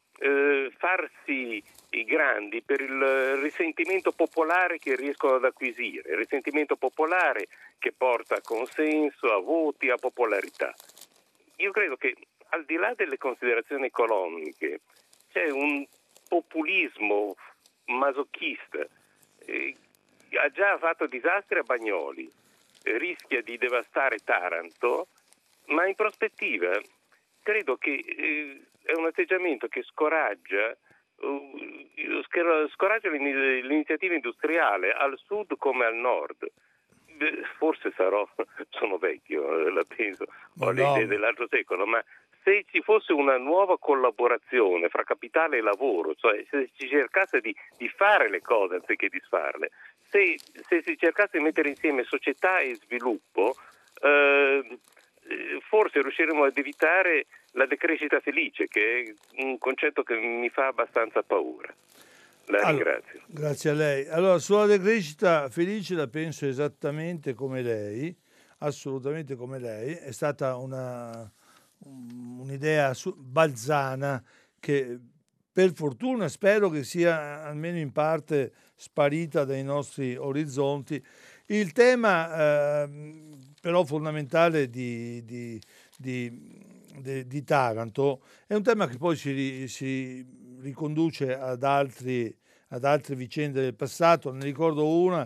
farsi i grandi per il risentimento popolare che riescono ad acquisire, il risentimento popolare che porta a consenso, a voti, a popolarità. Io credo che al di là delle considerazioni economiche c'è un populismo masochista, ha già fatto disastri a Bagnoli, rischia di devastare Taranto, ma in prospettiva credo che è un atteggiamento che scoraggia l'iniziativa industriale al sud come al nord. Forse sono vecchio, la penso, ho le idee dell'altro secolo, ma se ci fosse una nuova collaborazione fra capitale e lavoro, cioè se si cercasse di fare le cose anziché disfarle, se si cercasse di mettere insieme società e sviluppo, forse riusciremo ad evitare la decrescita felice, che è un concetto che mi fa abbastanza paura. Ringrazio. Grazie a lei. Allora, sulla decrescita felice la penso esattamente come lei, assolutamente come lei. È stata un'idea balzana che per fortuna spero che sia almeno in parte sparita dai nostri orizzonti. Il tema però fondamentale di Taranto è un tema che poi si riconduce ad altre vicende del passato. Ne ricordo una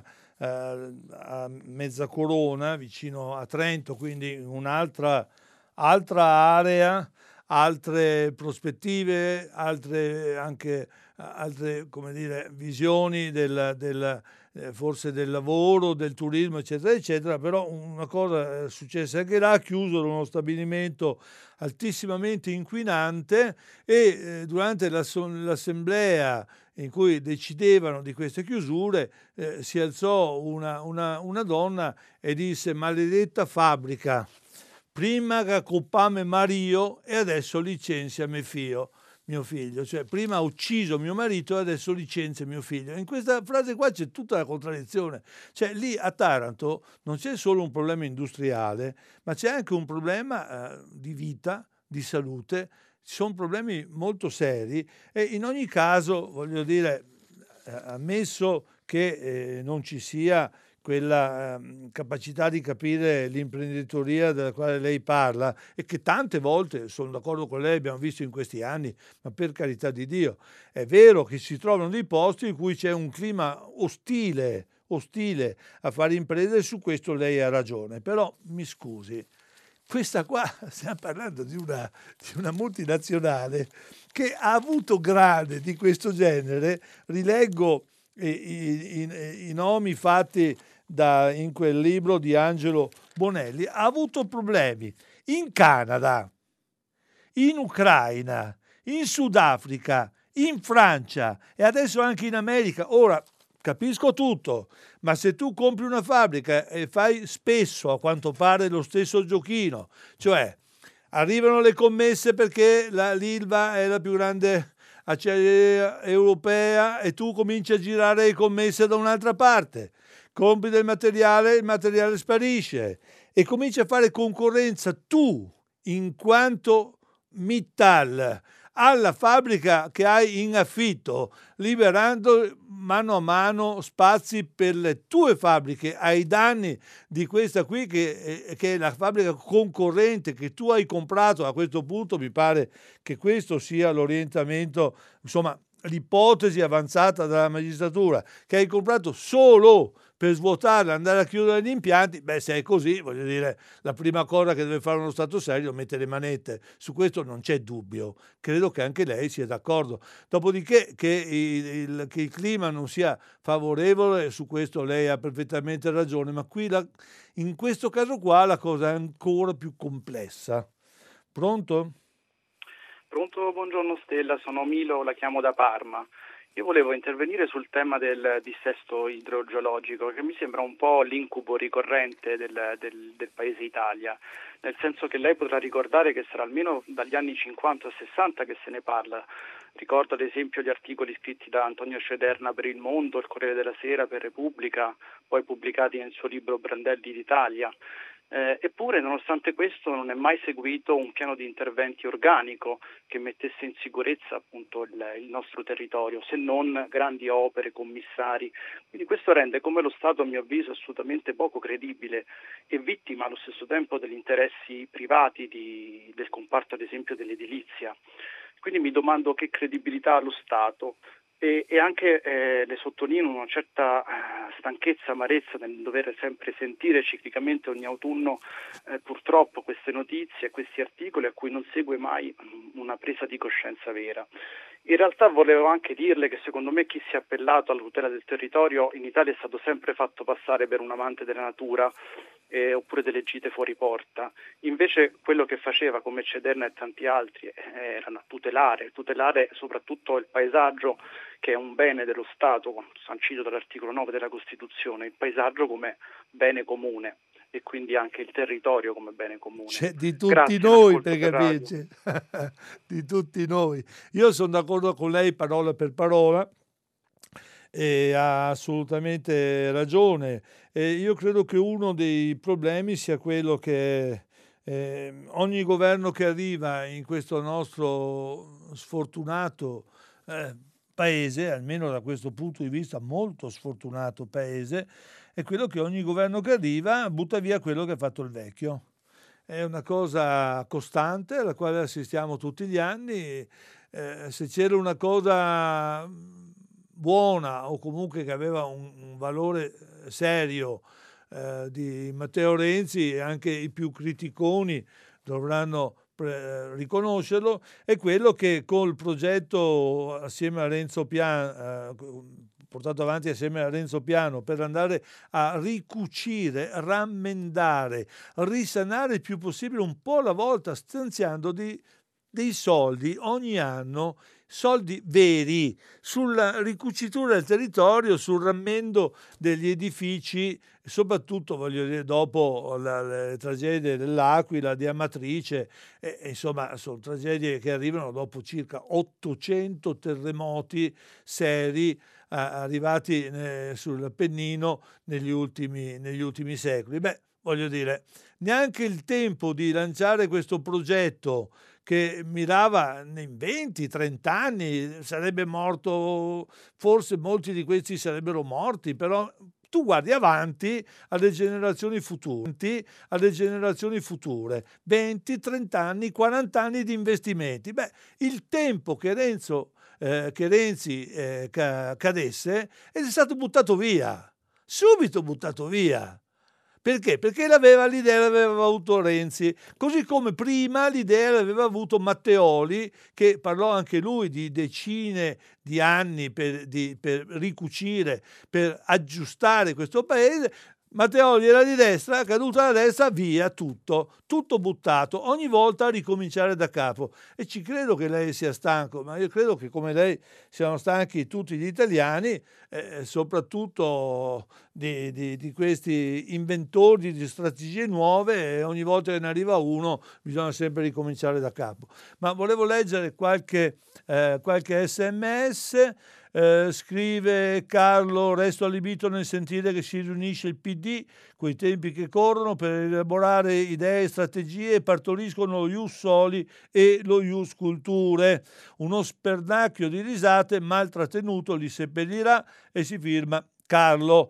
a Mezzacorona, vicino a Trento, quindi un'altra area, altre prospettive, altre come dire, visioni forse del lavoro, del turismo, eccetera, eccetera. Però una cosa è successa anche là: chiusero uno stabilimento altissimamente inquinante e durante l'assemblea in cui decidevano di queste chiusure si alzò una donna e disse: maledetta fabbrica, prima che accoppiame Mario e adesso licenzia mio figlio, cioè prima ha ucciso mio marito e adesso licenzia mio figlio. In questa frase qua c'è tutta la contraddizione, cioè lì a Taranto non c'è solo un problema industriale, ma c'è anche un problema di vita, di salute. Ci sono problemi molto seri e in ogni caso, voglio dire, ammesso che non ci sia quella capacità di capire l'imprenditoria della quale lei parla e che tante volte, sono d'accordo con lei, abbiamo visto in questi anni, ma per carità di Dio, è vero che si trovano dei posti in cui c'è un clima ostile a fare imprese, e su questo lei ha ragione, però mi scusi, questa qua, stiamo parlando di una multinazionale che ha avuto grande di questo genere. Rileggo i nomi fatti in quel libro di Angelo Bonelli. Ha avuto problemi in Canada, in Ucraina, in Sudafrica, in Francia e adesso anche in America. Ora, capisco tutto, ma se tu compri una fabbrica e fai spesso, a quanto pare, lo stesso giochino, cioè arrivano le commesse perché l'Ilva è la più grande acciaieria europea e tu cominci a girare le commesse da un'altra parte, compri del materiale, il materiale sparisce e cominci a fare concorrenza tu, in quanto Mittal, alla fabbrica che hai in affitto, liberando mano a mano spazi per le tue fabbriche ai danni di questa qui che è la fabbrica concorrente che tu hai comprato. A questo punto mi pare che questo sia l'orientamento, insomma l'ipotesi avanzata dalla magistratura, che hai comprato solo per svuotarla, andare a chiudere gli impianti. Se è così, voglio dire, la prima cosa che deve fare uno Stato serio è mettere le manette. Su questo non c'è dubbio. Credo che anche lei sia d'accordo. Dopodiché che il clima non sia favorevole, su questo lei ha perfettamente ragione, ma qui in questo caso qua la cosa è ancora più complessa. Pronto? Pronto, buongiorno Stella, sono Milo, la chiamo da Parma. Io volevo intervenire sul tema del dissesto idrogeologico, che mi sembra un po' l'incubo ricorrente del paese Italia, nel senso che lei potrà ricordare che sarà almeno dagli anni 50 o 60 che se ne parla. Ricordo ad esempio gli articoli scritti da Antonio Cederna per Il Mondo, il Corriere della Sera, per Repubblica, poi pubblicati nel suo libro Brandelli d'Italia. Eppure, nonostante questo, non è mai seguito un piano di interventi organico che mettesse in sicurezza appunto il nostro territorio, se non grandi opere, commissari. Quindi questo rende come lo Stato, a mio avviso, assolutamente poco credibile e vittima allo stesso tempo degli interessi privati del comparto, ad esempio, dell'edilizia. Quindi mi domando che credibilità ha lo Stato. E anche le sottolineo una certa stanchezza, amarezza nel dover sempre sentire ciclicamente ogni autunno purtroppo queste notizie, questi articoli a cui non segue mai una presa di coscienza vera. In realtà volevo anche dirle che secondo me chi si è appellato alla tutela del territorio in Italia è stato sempre fatto passare per un amante della natura oppure delle gite fuori porta. Invece quello che faceva, come Cederna e tanti altri, era tutelare soprattutto il paesaggio, che è un bene dello Stato, sancito dall'articolo 9 della Costituzione, il paesaggio come bene comune e quindi anche il territorio come bene comune. Di tutti noi, per capirci. Di tutti noi. Io sono d'accordo con lei parola per parola e ha assolutamente ragione. Io credo che uno dei problemi sia quello che ogni governo che arriva in questo nostro sfortunato paese, almeno da questo punto di vista molto sfortunato paese, è quello che ogni governo che arriva butta via quello che ha fatto il vecchio. È una cosa costante alla quale assistiamo tutti gli anni. Se c'era una cosa buona o comunque che aveva un valore serio di Matteo Renzi, anche i più criticoni dovranno riconoscerlo, è quello che col progetto assieme a Renzo Piano, portato avanti assieme a Renzo Piano, per andare a ricucire, rammendare, risanare il più possibile un po' alla volta, stanziando dei soldi ogni anno, soldi veri, sulla ricucitura del territorio, sul rammendo degli edifici, soprattutto voglio dire dopo le tragedie dell'Aquila, di Amatrice, insomma sono tragedie che arrivano dopo circa 800 terremoti seri arrivati sull'Appennino negli ultimi secoli. Voglio dire, neanche il tempo di lanciare questo progetto che mirava in 20-30 anni, sarebbe morto, forse molti di questi sarebbero morti, però tu guardi avanti alle generazioni future, 20, 30 anni, 40 anni di investimenti. Il tempo che Renzi cadesse è stato buttato via, subito buttato via. Perché? Perché l'idea l'aveva avuto Renzi, così come prima l'idea l'aveva avuto Matteoli, che parlò anche lui di decine di anni per ricucire, per aggiustare questo paese. Matteoli era di destra, caduta la destra, via, tutto buttato, ogni volta a ricominciare da capo. E ci credo che lei sia stanco, ma io credo che come lei siano stanchi tutti gli italiani, soprattutto di questi inventori di strategie nuove, e ogni volta che ne arriva uno bisogna sempre ricominciare da capo. Ma volevo leggere qualche SMS. Scrive Carlo: resto allibito nel sentire che si riunisce il PD, coi tempi che corrono, per elaborare idee e strategie, e partoriscono lo ius soli e lo ius culture. Uno spernacchio di risate mal trattenuto li seppellirà, e si firma Carlo.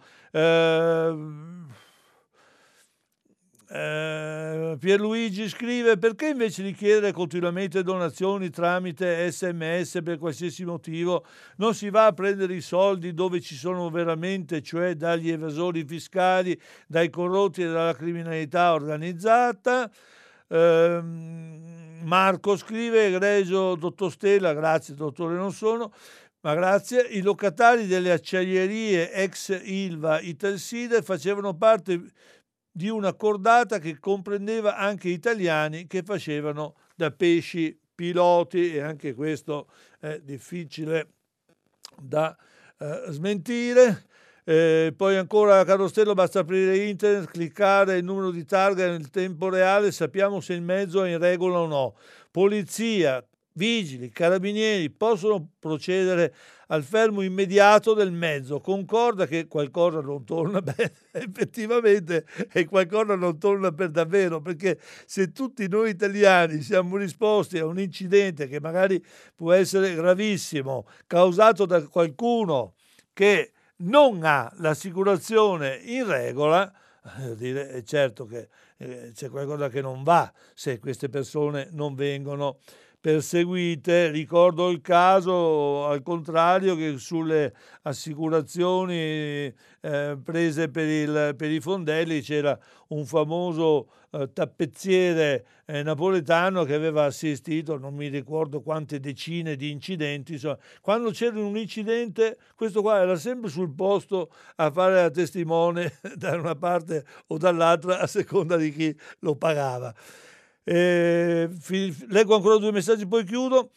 Pierluigi scrive: perché invece di chiedere continuamente donazioni tramite SMS per qualsiasi motivo non si va a prendere i soldi dove ci sono veramente, cioè dagli evasori fiscali, dai corrotti e dalla criminalità organizzata? Marco scrive: egregio dottor Stella, grazie dottore non sono, ma grazie. I locatari delle acciaierie ex Ilva Italsider facevano parte di una cordata che comprendeva anche italiani che facevano da pesci piloti, e anche questo è difficile da smentire. Poi ancora, caro Stello, basta aprire internet, cliccare il numero di targa nel tempo reale, sappiamo se il mezzo è in regola o no. Polizia, vigili, carabinieri possono procedere al fermo immediato del mezzo. Concorda che qualcosa non torna bene, effettivamente, e qualcosa non torna per davvero, perché se tutti noi italiani siamo risposti a un incidente che magari può essere gravissimo, causato da qualcuno che non ha l'assicurazione in regola, è certo che c'è qualcosa che non va se queste persone non vengono perseguite. Ricordo il caso, al contrario, che sulle assicurazioni prese per i fondelli c'era un famoso tappezziere napoletano che aveva assistito non mi ricordo quante decine di incidenti. Insomma, quando c'era un incidente, questo qua era sempre sul posto a fare la testimone da una parte o dall'altra, a seconda di chi lo pagava. Leggo ancora 2 messaggi, poi chiudo.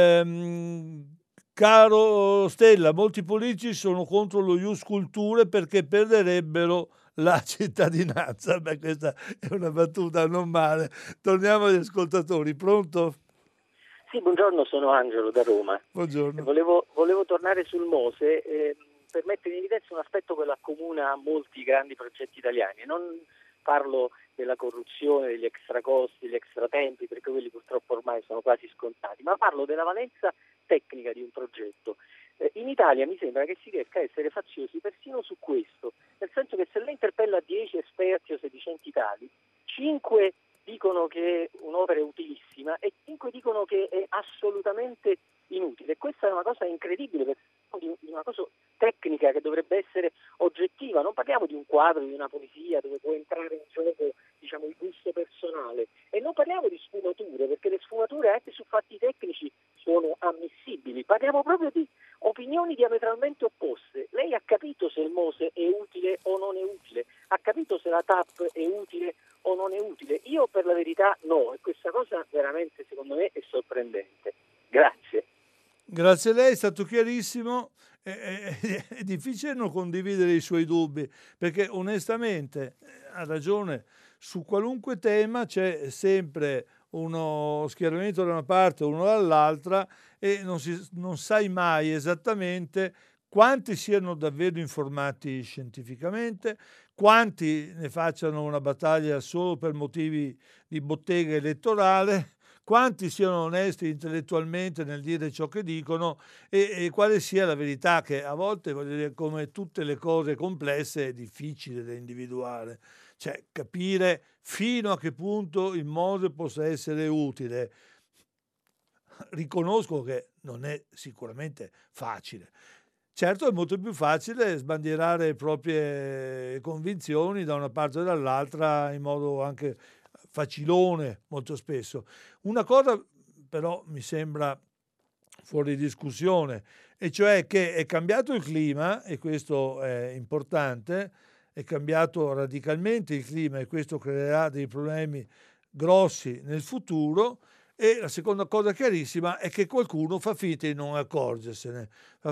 Caro Stella, molti politici sono contro lo ius culture perché perderebbero la cittadinanza. Beh, questa è una battuta non male. Torniamo agli ascoltatori. Pronto? Sì, buongiorno, sono Angelo da Roma. Buongiorno. Volevo tornare sul MOSE per mettere in evidenza un aspetto che lo accomuna a molti grandi progetti italiani. Non parlo della corruzione, degli extracosti, degli extratempi, perché quelli purtroppo ormai sono quasi scontati, ma parlo della valenza tecnica di un progetto. In Italia mi sembra che si riesca a essere faziosi persino su questo, nel senso che se lei interpella 10 esperti o sedicenti tali, 5 dicono che un'opera è utilissima e 5 dicono che è assolutamente inutile. Questa è una cosa incredibile, perché di una cosa tecnica che dovrebbe essere oggettiva. Non parliamo di un quadro, di una poesia dove può entrare in gioco, diciamo, il gusto personale, e non parliamo di sfumature, perché le sfumature anche su fatti tecnici sono ammissibili. Parliamo proprio di opinioni diametralmente opposte. Lei ha capito se il MOSE è utile o non è utile? Ha capito se la TAP è utile o non è utile? Io per la verità no, e questa cosa veramente secondo me è sorprendente. Grazie. Grazie a lei, è stato chiarissimo. È difficile non condividere i suoi dubbi, perché onestamente ha ragione, su qualunque tema c'è sempre uno schieramento da una parte o uno dall'altra, e non sai mai esattamente quanti siano davvero informati scientificamente, quanti ne facciano una battaglia solo per motivi di bottega elettorale, quanti siano onesti intellettualmente nel dire ciò che dicono, e quale sia la verità, che a volte, voglio dire, come tutte le cose complesse, è difficile da individuare. Cioè, capire fino a che punto il MOSE possa essere utile. Riconosco che non è sicuramente facile. Certo, è molto più facile sbandierare proprie convinzioni da una parte o dall'altra in modo anche facilone molto spesso. Una cosa però mi sembra fuori discussione, e cioè che è cambiato il clima, e questo è importante, è cambiato radicalmente il clima, e questo creerà dei problemi grossi nel futuro. E la seconda cosa chiarissima è che qualcuno fa finta di non accorgersene,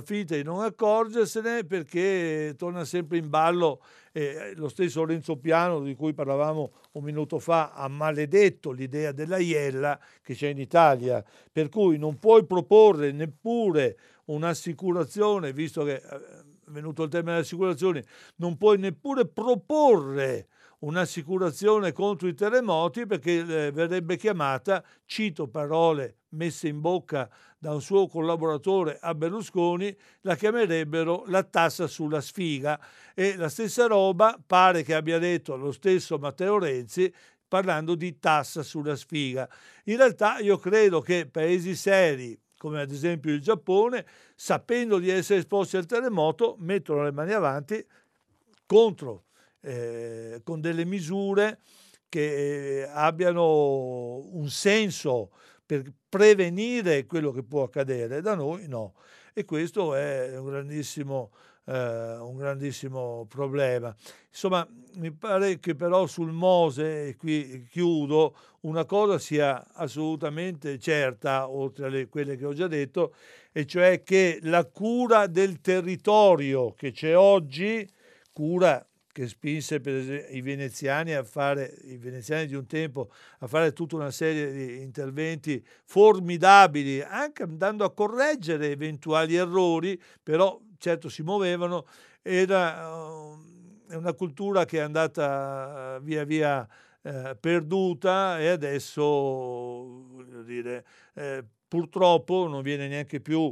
perché torna sempre in ballo. Lo stesso Renzo Piano, di cui parlavamo un minuto fa, ha maledetto l'idea della iella che c'è in Italia, per cui non puoi proporre neppure un'assicurazione, visto che è venuto il tema delle assicurazioni, non puoi neppure proporre un'assicurazione contro i terremoti perché verrebbe chiamata, cito parole messe in bocca da un suo collaboratore a Berlusconi, la chiamerebbero la tassa sulla sfiga, e la stessa roba pare che abbia detto lo stesso Matteo Renzi parlando di tassa sulla sfiga. In realtà io credo che paesi seri, come ad esempio il Giappone, sapendo di essere esposti al terremoto, mettono le mani avanti contro, con delle misure che abbiano un senso per prevenire quello che può accadere. Da noi no, e questo è un grandissimo problema. Insomma, mi pare che però sul Mose, e qui chiudo, una cosa sia assolutamente certa, oltre a quelle che ho già detto, e cioè che la cura del territorio che c'è oggi, cura che spinse per esempio i veneziani di un tempo a fare tutta una serie di interventi formidabili, anche andando a correggere eventuali errori, però certo si muovevano. Era una cultura che è andata via via perduta, e adesso, voglio dire, purtroppo non viene neanche più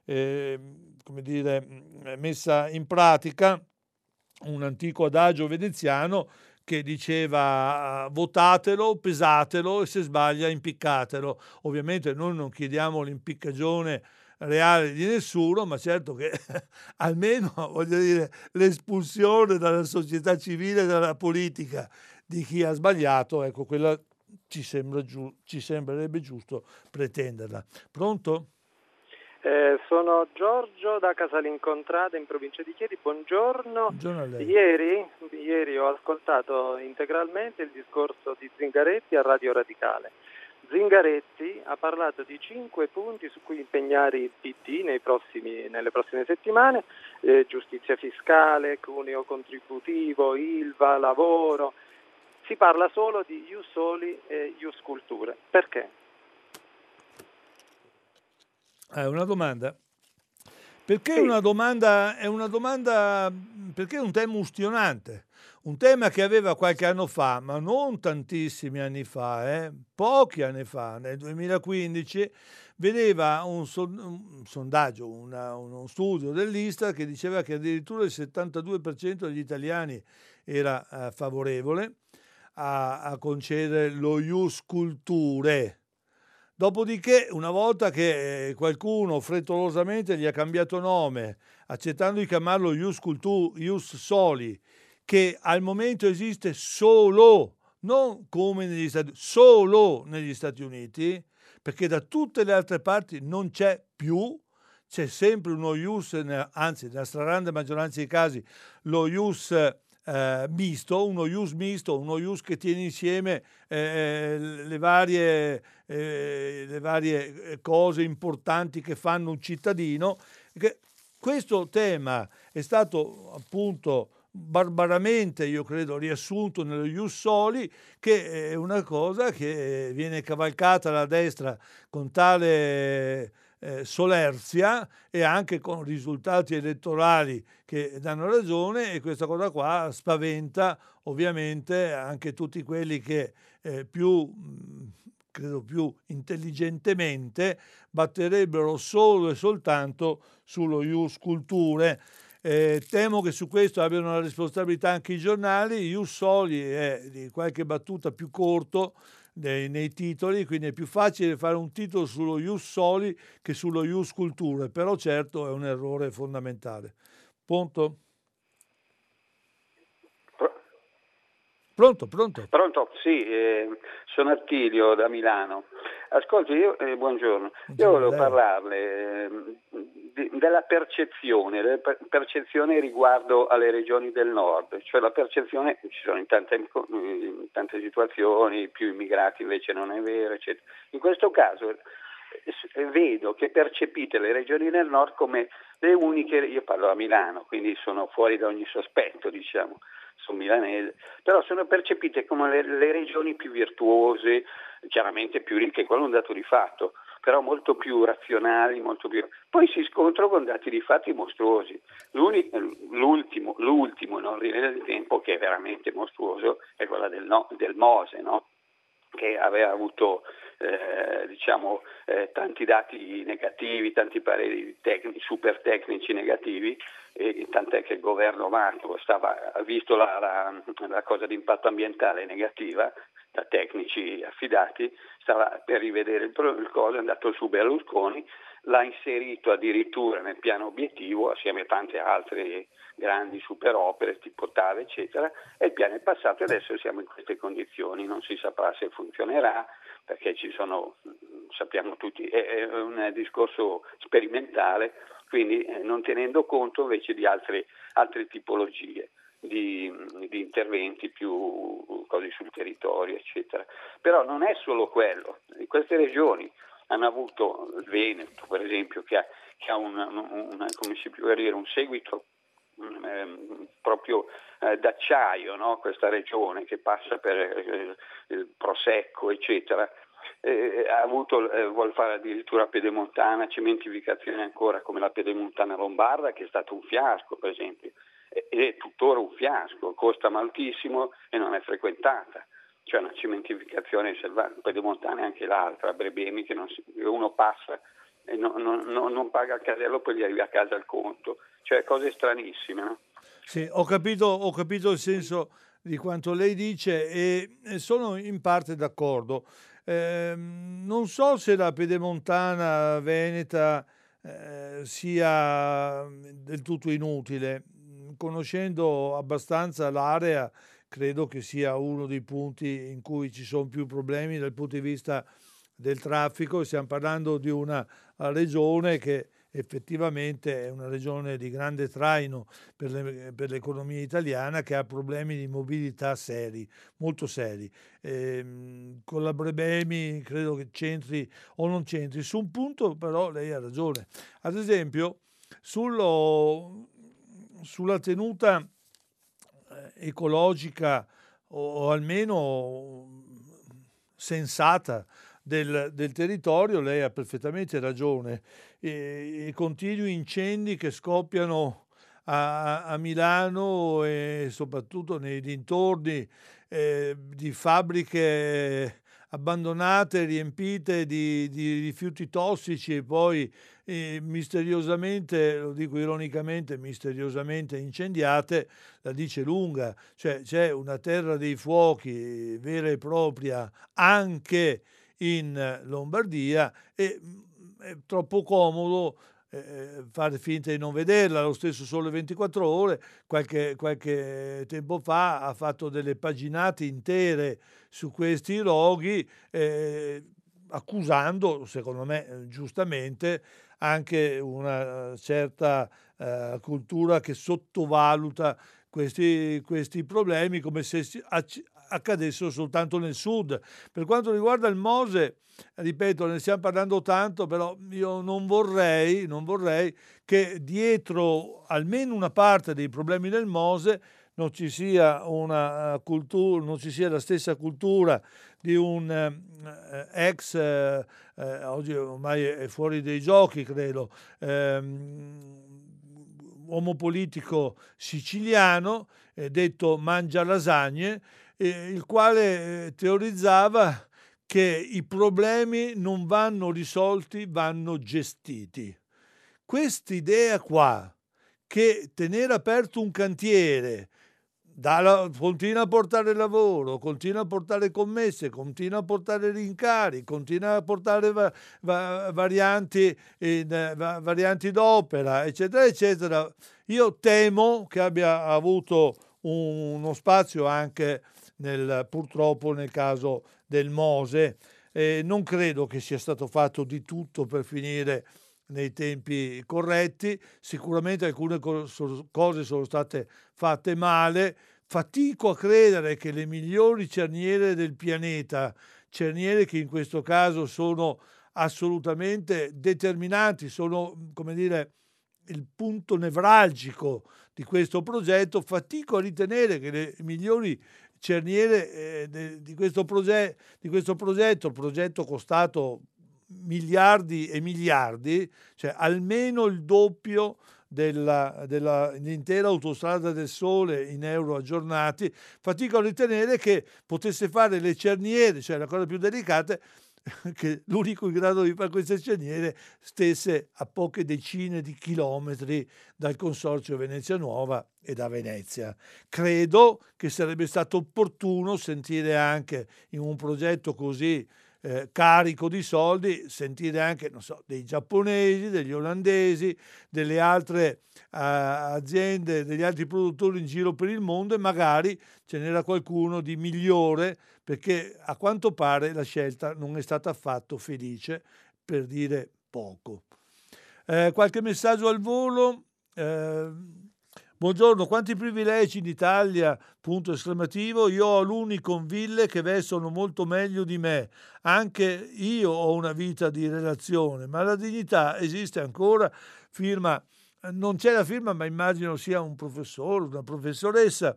messa in pratica un antico adagio veneziano che diceva votatelo, pesatelo e se sbaglia impiccatelo. Ovviamente noi non chiediamo l'impiccagione reale di nessuno, ma certo che almeno, voglio dire, l'espulsione dalla società civile, dalla politica di chi ha sbagliato, ecco, quella ci sembrerebbe giusto pretenderla. Pronto? Sono Giorgio da Casalincontrada in provincia di Chieri, buongiorno. Buongiorno a lei. Ieri ho ascoltato integralmente il discorso di Zingaretti a Radio Radicale. Zingaretti ha parlato di 5 punti su cui impegnare il PD nelle prossime settimane, giustizia fiscale, cuneo contributivo, ILVA, lavoro. Si parla solo di Ius Soli e Ius Culture. Perché? È una domanda. Perché Sì. è una domanda, perché è un tema ustionante, un tema che aveva qualche anno fa, ma non tantissimi anni fa, pochi anni fa, nel 2015, vedeva un sondaggio, uno studio dell'Istat che diceva che addirittura il 72% degli italiani era favorevole a concedere lo Ius Culturae. Dopodiché, una volta che qualcuno frettolosamente gli ha cambiato nome, accettando di chiamarlo Ius Soli, che al momento esiste solo, non come solo negli Stati Uniti, perché da tutte le altre parti non c'è più, c'è sempre uno Ius, anzi nella stragrande maggioranza dei casi, lo Ius misto, uno Ius che tiene insieme le varie cose importanti che fanno un cittadino. Questo tema è stato appunto barbaramente, io credo, riassunto nello Ius Soli, che è una cosa che viene cavalcata alla destra con tale solerzia, e anche con risultati elettorali che danno ragione, e questa cosa qua spaventa ovviamente anche tutti quelli che credo più intelligentemente batterebbero solo e soltanto sullo Ius Culturae. Temo che su questo abbiano una responsabilità anche i giornali. Ius Soli è di qualche battuta più corto nei titoli, quindi è più facile fare un titolo sullo Ius Soli che sullo Ius Culturae, però certo è un errore fondamentale. Pronto? Pronto? Sì, sono Attilio da Milano. Ascolti, buongiorno. Io volevo parlarle della percezione riguardo alle regioni del nord, cioè la percezione, ci sono in tante situazioni, più immigrati invece non è vero, eccetera. In questo caso vedo che percepite le regioni del nord come le uniche, io parlo a Milano, quindi sono fuori da ogni sospetto, diciamo, sono milanese, però sono percepite come le regioni più virtuose, chiaramente più ricche, quello è un dato di fatto, però molto più razionali, poi si scontrano con dati di fatti mostruosi. L'ultimo in ordine del tempo, che è veramente mostruoso, è quella del Mose, no? Che aveva avuto tanti dati negativi, tanti pareri super tecnici negativi, e tant'è che il governo Marco ha visto la cosa di impatto ambientale negativa da tecnici affidati, stava per rivedere il coso, è andato su Berlusconi, l'ha inserito addirittura nel piano obiettivo assieme a tante altre grandi super opere tipo TAV eccetera, e il piano è passato e adesso siamo in queste condizioni. Non si saprà se funzionerà, perché sappiamo tutti, è un discorso sperimentale, quindi non tenendo conto invece di altre tipologie di interventi più così sul territorio eccetera. Però non è solo quello, in queste regioni hanno avuto il Veneto per esempio che ha un seguito proprio d'acciaio, no? Questa regione che passa per il Prosecco eccetera, vuol fare addirittura pedemontana, cementificazione ancora come la pedemontana lombarda, che è stato un fiasco per esempio, ed è tuttora un fiasco, costa moltissimo e non è frequentata. C'è una cementificazione pedemontana e anche l'altra, Brebemi, che uno passa e non paga il casello, poi gli arriva a casa il conto, cioè cose stranissime, no? Sì, ho capito il senso di quanto lei dice e sono in parte d'accordo. Non so se la pedemontana veneta sia del tutto inutile. Conoscendo abbastanza l'area, credo che sia uno dei punti in cui ci sono più problemi dal punto di vista del traffico. Stiamo parlando di una regione che effettivamente è una regione di grande traino per l'economia italiana, che ha problemi di mobilità seri, molto seri. Con la Brebemi credo che c'entri o non c'entri. Su un punto però lei ha ragione. Ad esempio sulla tenuta ecologica o almeno sensata del territorio, lei ha perfettamente ragione. I continui incendi che scoppiano a Milano e soprattutto nei dintorni di fabbriche abbandonate, riempite di rifiuti tossici e poi misteriosamente, lo dico ironicamente, misteriosamente incendiate, la dice lunga. Cioè c'è una terra dei fuochi vera e propria anche in Lombardia e è troppo comodo fare finta di non vederla. Lo stesso Sole 24 Ore qualche tempo fa ha fatto delle paginate intere su questi roghi, accusando, secondo me giustamente, anche una certa cultura che sottovaluta questi problemi, come se accadessero soltanto nel sud. Per quanto riguarda il Mose, ripeto, ne stiamo parlando tanto, però io non vorrei che dietro almeno una parte dei problemi del Mose non ci sia una cultura, non ci sia la stessa cultura di un ex, oggi ormai è fuori dei giochi, credo, uomo politico siciliano, detto Mangia Lasagne, il quale teorizzava che i problemi non vanno risolti, vanno gestiti. Quest'idea qua, che tenere aperto un cantiere continua a portare lavoro, continua a portare commesse, continua a portare rincari, continua a portare varianti d'opera, eccetera, eccetera. Io temo che abbia avuto uno spazio anche purtroppo nel caso del Mose. Non credo che sia stato fatto di tutto per finire nei tempi corretti. Sicuramente alcune cose sono state fatte male. Fatico a credere che le migliori cerniere del pianeta, cerniere che in questo caso sono assolutamente determinanti, sono, come dire, il punto nevralgico di questo progetto, fatico a ritenere che le migliori cerniere di questo progetto, il progetto costato miliardi e miliardi, cioè almeno il doppio dell'intera autostrada del Sole in euro aggiornati, fatico a ritenere che potesse fare le cerniere, cioè la cosa più delicata, che l'unico in grado di fare queste cerniere stesse a poche decine di chilometri dal Consorzio Venezia Nuova e da Venezia. Credo che sarebbe stato opportuno sentire anche in un progetto così carico di soldi, sentire anche, non so, dei giapponesi, degli olandesi, delle altre aziende, degli altri produttori in giro per il mondo, e magari ce n'era qualcuno di migliore, perché a quanto pare la scelta non è stata affatto felice, per dire poco. Qualche messaggio al volo. Buongiorno, quanti privilegi in Italia, punto esclamativo, io ho alunni con ville che vestono molto meglio di me, anche io ho una vita di relazione, ma la dignità esiste ancora? Firma, non c'è la firma, ma immagino sia un professore, una professoressa.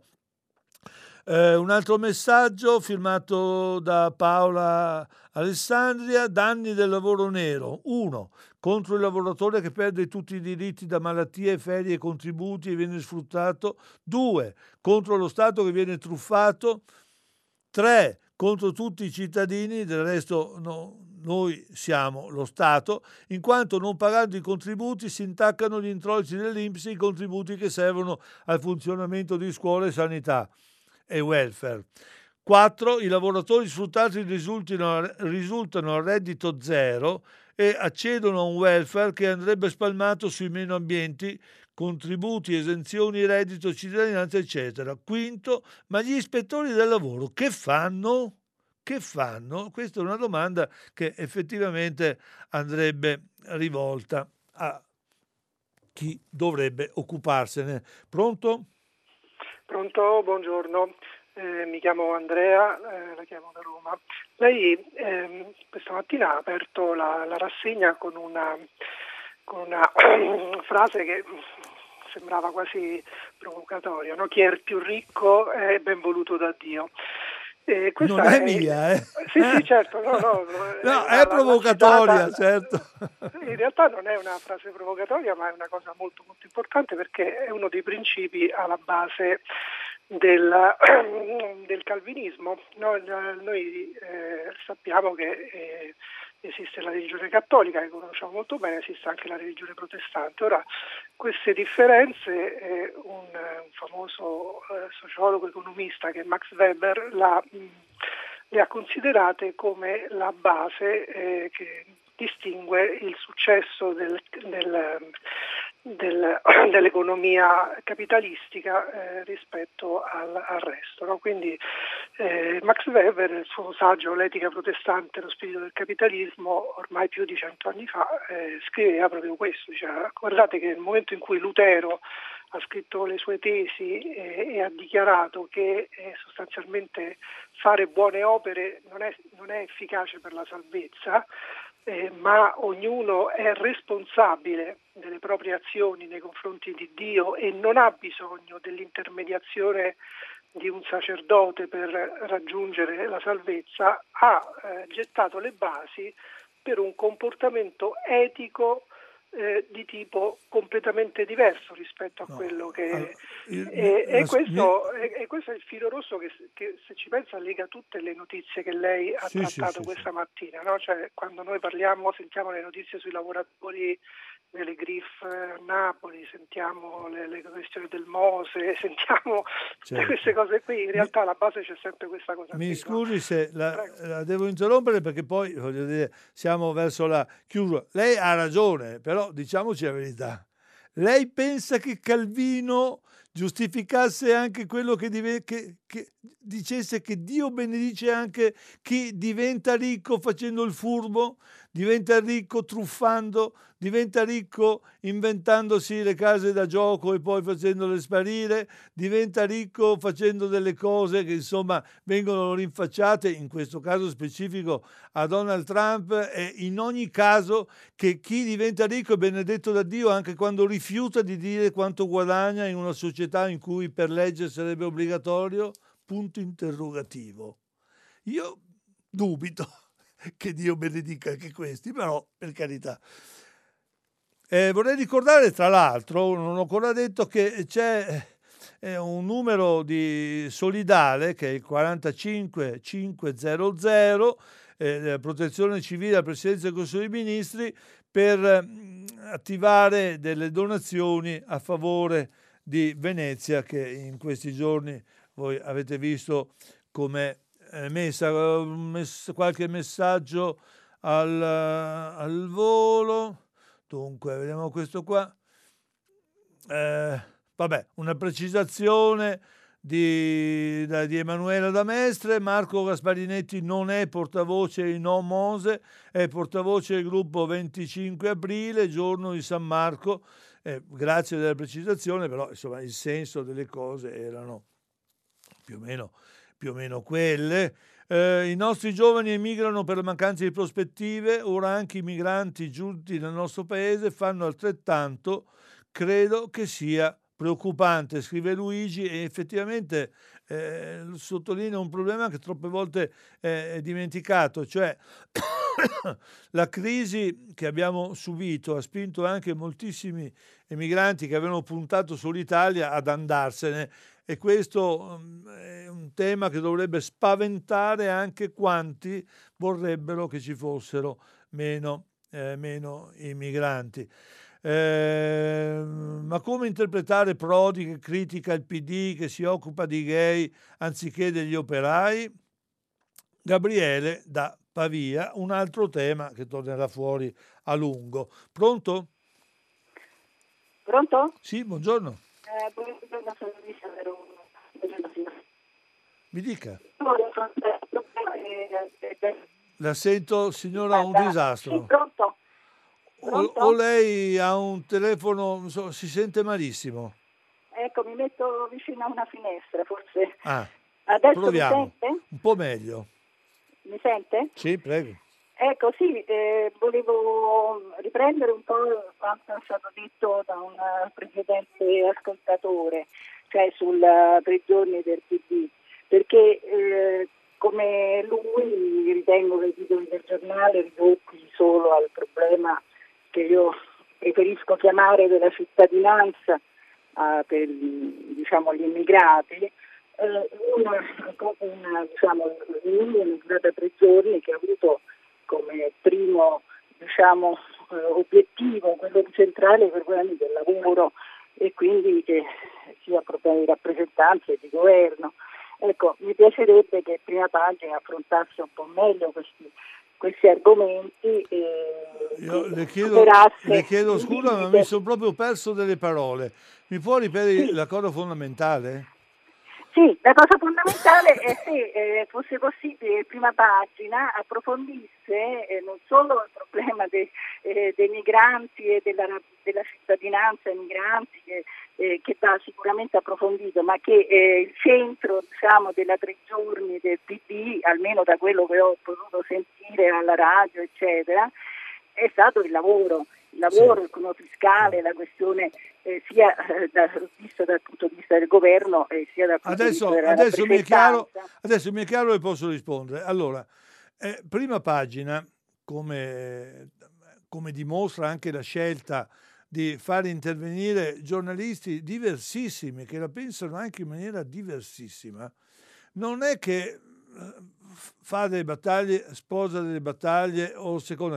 Un altro messaggio firmato da Paola Alessandria: danni del lavoro nero. 1. Contro il lavoratore che perde tutti i diritti da malattie, ferie e contributi e viene sfruttato. 2. Contro lo Stato che viene truffato. 3. Contro tutti i cittadini, del resto noi siamo lo Stato, in quanto non pagando i contributi si intaccano gli introiti dell'INPS, i contributi che servono al funzionamento di scuole e sanità e welfare. 4. I lavoratori sfruttati risultano a reddito zero e accedono a un welfare che andrebbe spalmato sui meno abbienti, contributi, esenzioni, reddito, cittadinanza, eccetera. 5. Ma gli ispettori del lavoro che fanno? Che fanno? Questa è una domanda che effettivamente andrebbe rivolta a chi dovrebbe occuparsene. Pronto? Pronto, buongiorno, mi chiamo Andrea, la chiamo da Roma. Lei questa mattina ha aperto la rassegna con una frase che sembrava quasi provocatoria, no? Chi è il più ricco è ben voluto da Dio. Non è mia, Sì, certo, no, è provocatoria, certo. In realtà non è una frase provocatoria, ma è una cosa molto molto importante, perché è uno dei principi alla base del calvinismo. Noi sappiamo che esiste la religione cattolica, che conosciamo molto bene, esiste anche la religione protestante. Ora, queste differenze, un famoso sociologo economista, che è Max Weber, le ha considerate come la base che distingue il successo dell'economia capitalistica rispetto al resto, no? Quindi Max Weber, nel suo saggio L'etica protestante e lo spirito del capitalismo, ormai più di 100 anni fa, scriveva proprio questo. Diceva: guardate che nel momento in cui Lutero ha scritto le sue tesi e ha dichiarato che sostanzialmente fare buone opere non è efficace per la salvezza, ma ognuno è responsabile delle proprie azioni nei confronti di Dio e non ha bisogno dell'intermediazione di un sacerdote per raggiungere la salvezza, ha gettato le basi per un comportamento etico di tipo completamente diverso rispetto a quello che questo è il filo rosso che se ci pensa lega tutte le notizie che lei ha trattato questa mattina, no? Cioè, quando noi sentiamo le notizie sui lavoratori delle GRIF a Napoli, sentiamo le questioni del Mose, sentiamo queste cose qui, in realtà alla base c'è sempre questa cosa. Mi scusi se la devo interrompere, perché poi, voglio dire, siamo verso la chiusura. Lei ha ragione, però diciamoci la verità. Lei pensa che Calvino giustificasse anche quello che dicesse che Dio benedice anche chi diventa ricco facendo il furbo, diventa ricco truffando, diventa ricco inventandosi le case da gioco e poi facendole sparire, diventa ricco facendo delle cose che insomma vengono rinfacciate, in questo caso specifico a Donald Trump, e in ogni caso che chi diventa ricco è benedetto da Dio anche quando rifiuta di dire quanto guadagna in una società in cui per legge sarebbe obbligatorio? Punto interrogativo. Io dubito. che Dio benedica anche questi, però per carità. Vorrei ricordare, tra l'altro, non ho ancora detto, che c'è un numero di solidale che è il 45500, Protezione Civile alla Presidenza del Consiglio dei Ministri, per attivare delle donazioni a favore di Venezia, che in questi giorni voi avete visto come messa. Qualche messaggio al volo. Dunque, vediamo questo qua. Una precisazione di Emanuela da Mestre. Marco Gasparinetti non è portavoce di No Mose, è portavoce del gruppo 25 aprile, giorno di San Marco. Grazie della precisazione, però insomma il senso delle cose erano più o meno quelle. I nostri giovani emigrano per la mancanza di prospettive, ora anche i migranti giunti nel nostro paese fanno altrettanto. Credo che sia preoccupante, scrive Luigi, e effettivamente sottolinea un problema che troppe volte è dimenticato, cioè la crisi che abbiamo subito ha spinto anche moltissimi emigranti che avevano puntato sull'Italia ad andarsene, e questo è un tema che dovrebbe spaventare anche quanti vorrebbero che ci fossero meno immigranti. Ma come interpretare Prodi che critica il PD, che si occupa di gay anziché degli operai? Gabriele da Pavia, un altro tema che tornerà fuori a lungo. Pronto? Pronto? Sì, buongiorno. Buongiorno, sono Luisa da Roma. Mi dica. La sento, signora, un disastro. Sì, pronto? O lei ha un telefono, non so, si sente malissimo. Ecco, mi metto vicino a una finestra, forse. Adesso proviamo. Mi sente? Un po' meglio. Mi sente? Sì, prego. Ecco, sì, volevo riprendere un po' quanto è stato detto da un precedente ascoltatore, cioè sul 3 giorni del PD, perché come lui ritengo che i titoli del giornale ridotti solo al problema che io preferisco chiamare della cittadinanza per gli immigrati, un'immigrata 3 giorni che ha avuto come primo obiettivo quello centrale per problemi del lavoro e quindi sia problemi di rappresentanza e di governo. Ecco, mi piacerebbe che Prima Pagina affrontasse un po' meglio questi argomenti Io le chiedo scusa, ma mi sono proprio perso delle parole. Mi può ripetere la cosa fondamentale? Sì, la cosa fondamentale è se fosse possibile che Prima Pagina approfondisse non solo il problema dei migranti e della cittadinanza ai migranti che va sicuramente approfondito, ma che il centro della 3 giorni del PD, almeno da quello che ho potuto sentire alla radio eccetera, è stato il lavoro, il cuneo fiscale, la questione sia vista dal punto di vista del governo sia dal punto di vista della rappresentanza. Adesso mi è chiaro e posso rispondere. Allora, Prima Pagina, come dimostra anche la scelta di fare intervenire giornalisti diversissimi, che la pensano anche in maniera diversissima, non è che fa delle battaglie, sposa delle battaglie o seconda.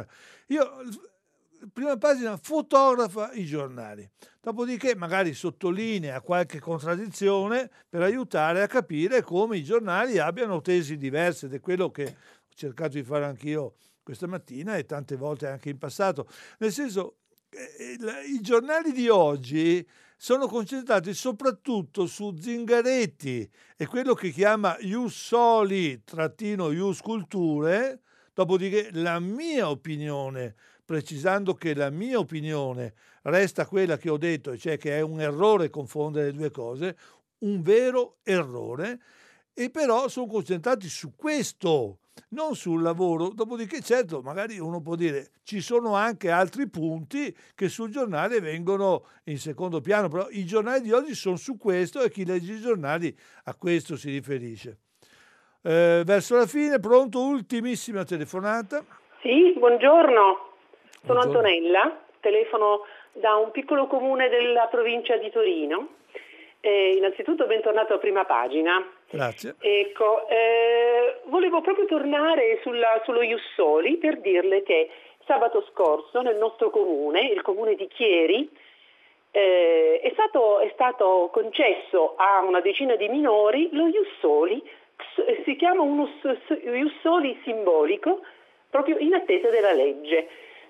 Prima Pagina fotografa i giornali, dopodiché magari sottolinea qualche contraddizione per aiutare a capire come i giornali abbiano tesi diverse, ed è quello che ho cercato di fare anch'io questa mattina e tante volte anche in passato. Nel senso, i giornali di oggi sono concentrati soprattutto su Zingaretti e quello che chiama Ius Soli _Ius Culture, dopodiché la mia opinione, precisando che la mia opinione resta quella che ho detto, cioè che è un errore confondere le due cose, un vero errore, e però sono concentrati su questo, non sul lavoro. Dopodiché, certo, magari uno può dire ci sono anche altri punti che sul giornale vengono in secondo piano, però i giornali di oggi sono su questo e chi legge i giornali a questo si riferisce. verso la fine. Pronto? Ultimissima telefonata. Sì, buongiorno. Sono Buongiorno. Antonella, telefono da un piccolo comune della provincia di Torino. Innanzitutto bentornato a Prima Pagina. Grazie. Ecco, volevo proprio tornare sullo Ius Soli per dirle che sabato scorso nel nostro comune, il comune di Chieri, è stato concesso a una decina di minori lo Ius Soli, si chiama uno Ius Soli simbolico, proprio in attesa della legge.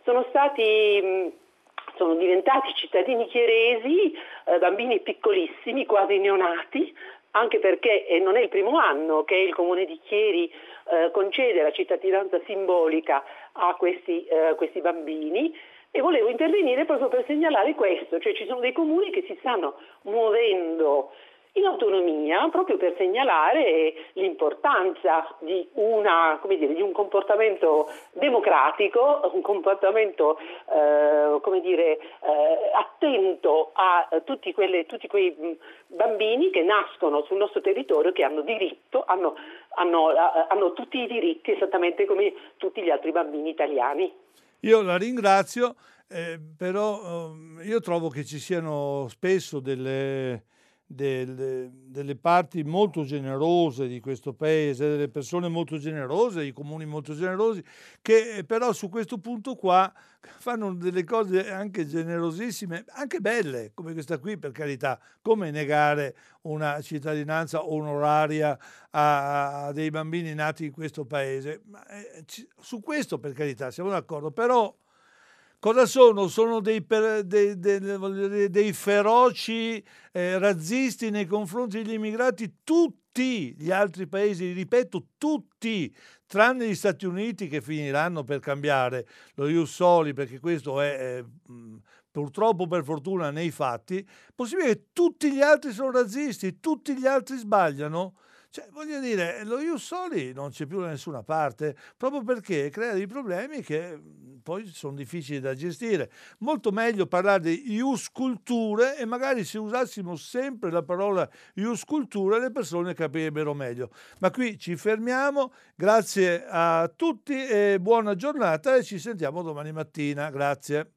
Sono diventati cittadini chieresi, bambini piccolissimi, quasi neonati, anche perché non è il primo anno che il comune di Chieri concede la cittadinanza simbolica a questi bambini, e volevo intervenire proprio per segnalare questo, cioè ci sono dei comuni che si stanno muovendo in autonomia proprio per segnalare l'importanza di un comportamento democratico, un comportamento attento a tutti quei bambini che nascono sul nostro territorio, che hanno diritto, hanno tutti i diritti esattamente come tutti gli altri bambini italiani. Io la ringrazio, però io trovo che ci siano spesso delle parti molto generose di questo paese, delle persone molto generose, i comuni molto generosi, che però su questo punto qua fanno delle cose anche generosissime, anche belle, come questa qui, per carità. Come negare una cittadinanza onoraria a dei bambini nati in questo paese? Su questo, per carità, siamo d'accordo, però cosa sono? Sono dei feroci razzisti nei confronti degli immigrati. Tutti gli altri paesi, ripeto, tutti, tranne gli Stati Uniti, che finiranno per cambiare lo Ius Soli, perché questo è purtroppo, per fortuna, nei fatti. Possibile che tutti gli altri sono razzisti, tutti gli altri sbagliano? Cioè, voglio dire, lo Ius Soli non c'è più da nessuna parte, proprio perché crea dei problemi che poi sono difficili da gestire. Molto meglio parlare di Ius Culture, e magari se usassimo sempre la parola Ius Culture le persone capirebbero meglio. Ma qui ci fermiamo, grazie a tutti e buona giornata, e ci sentiamo domani mattina. Grazie.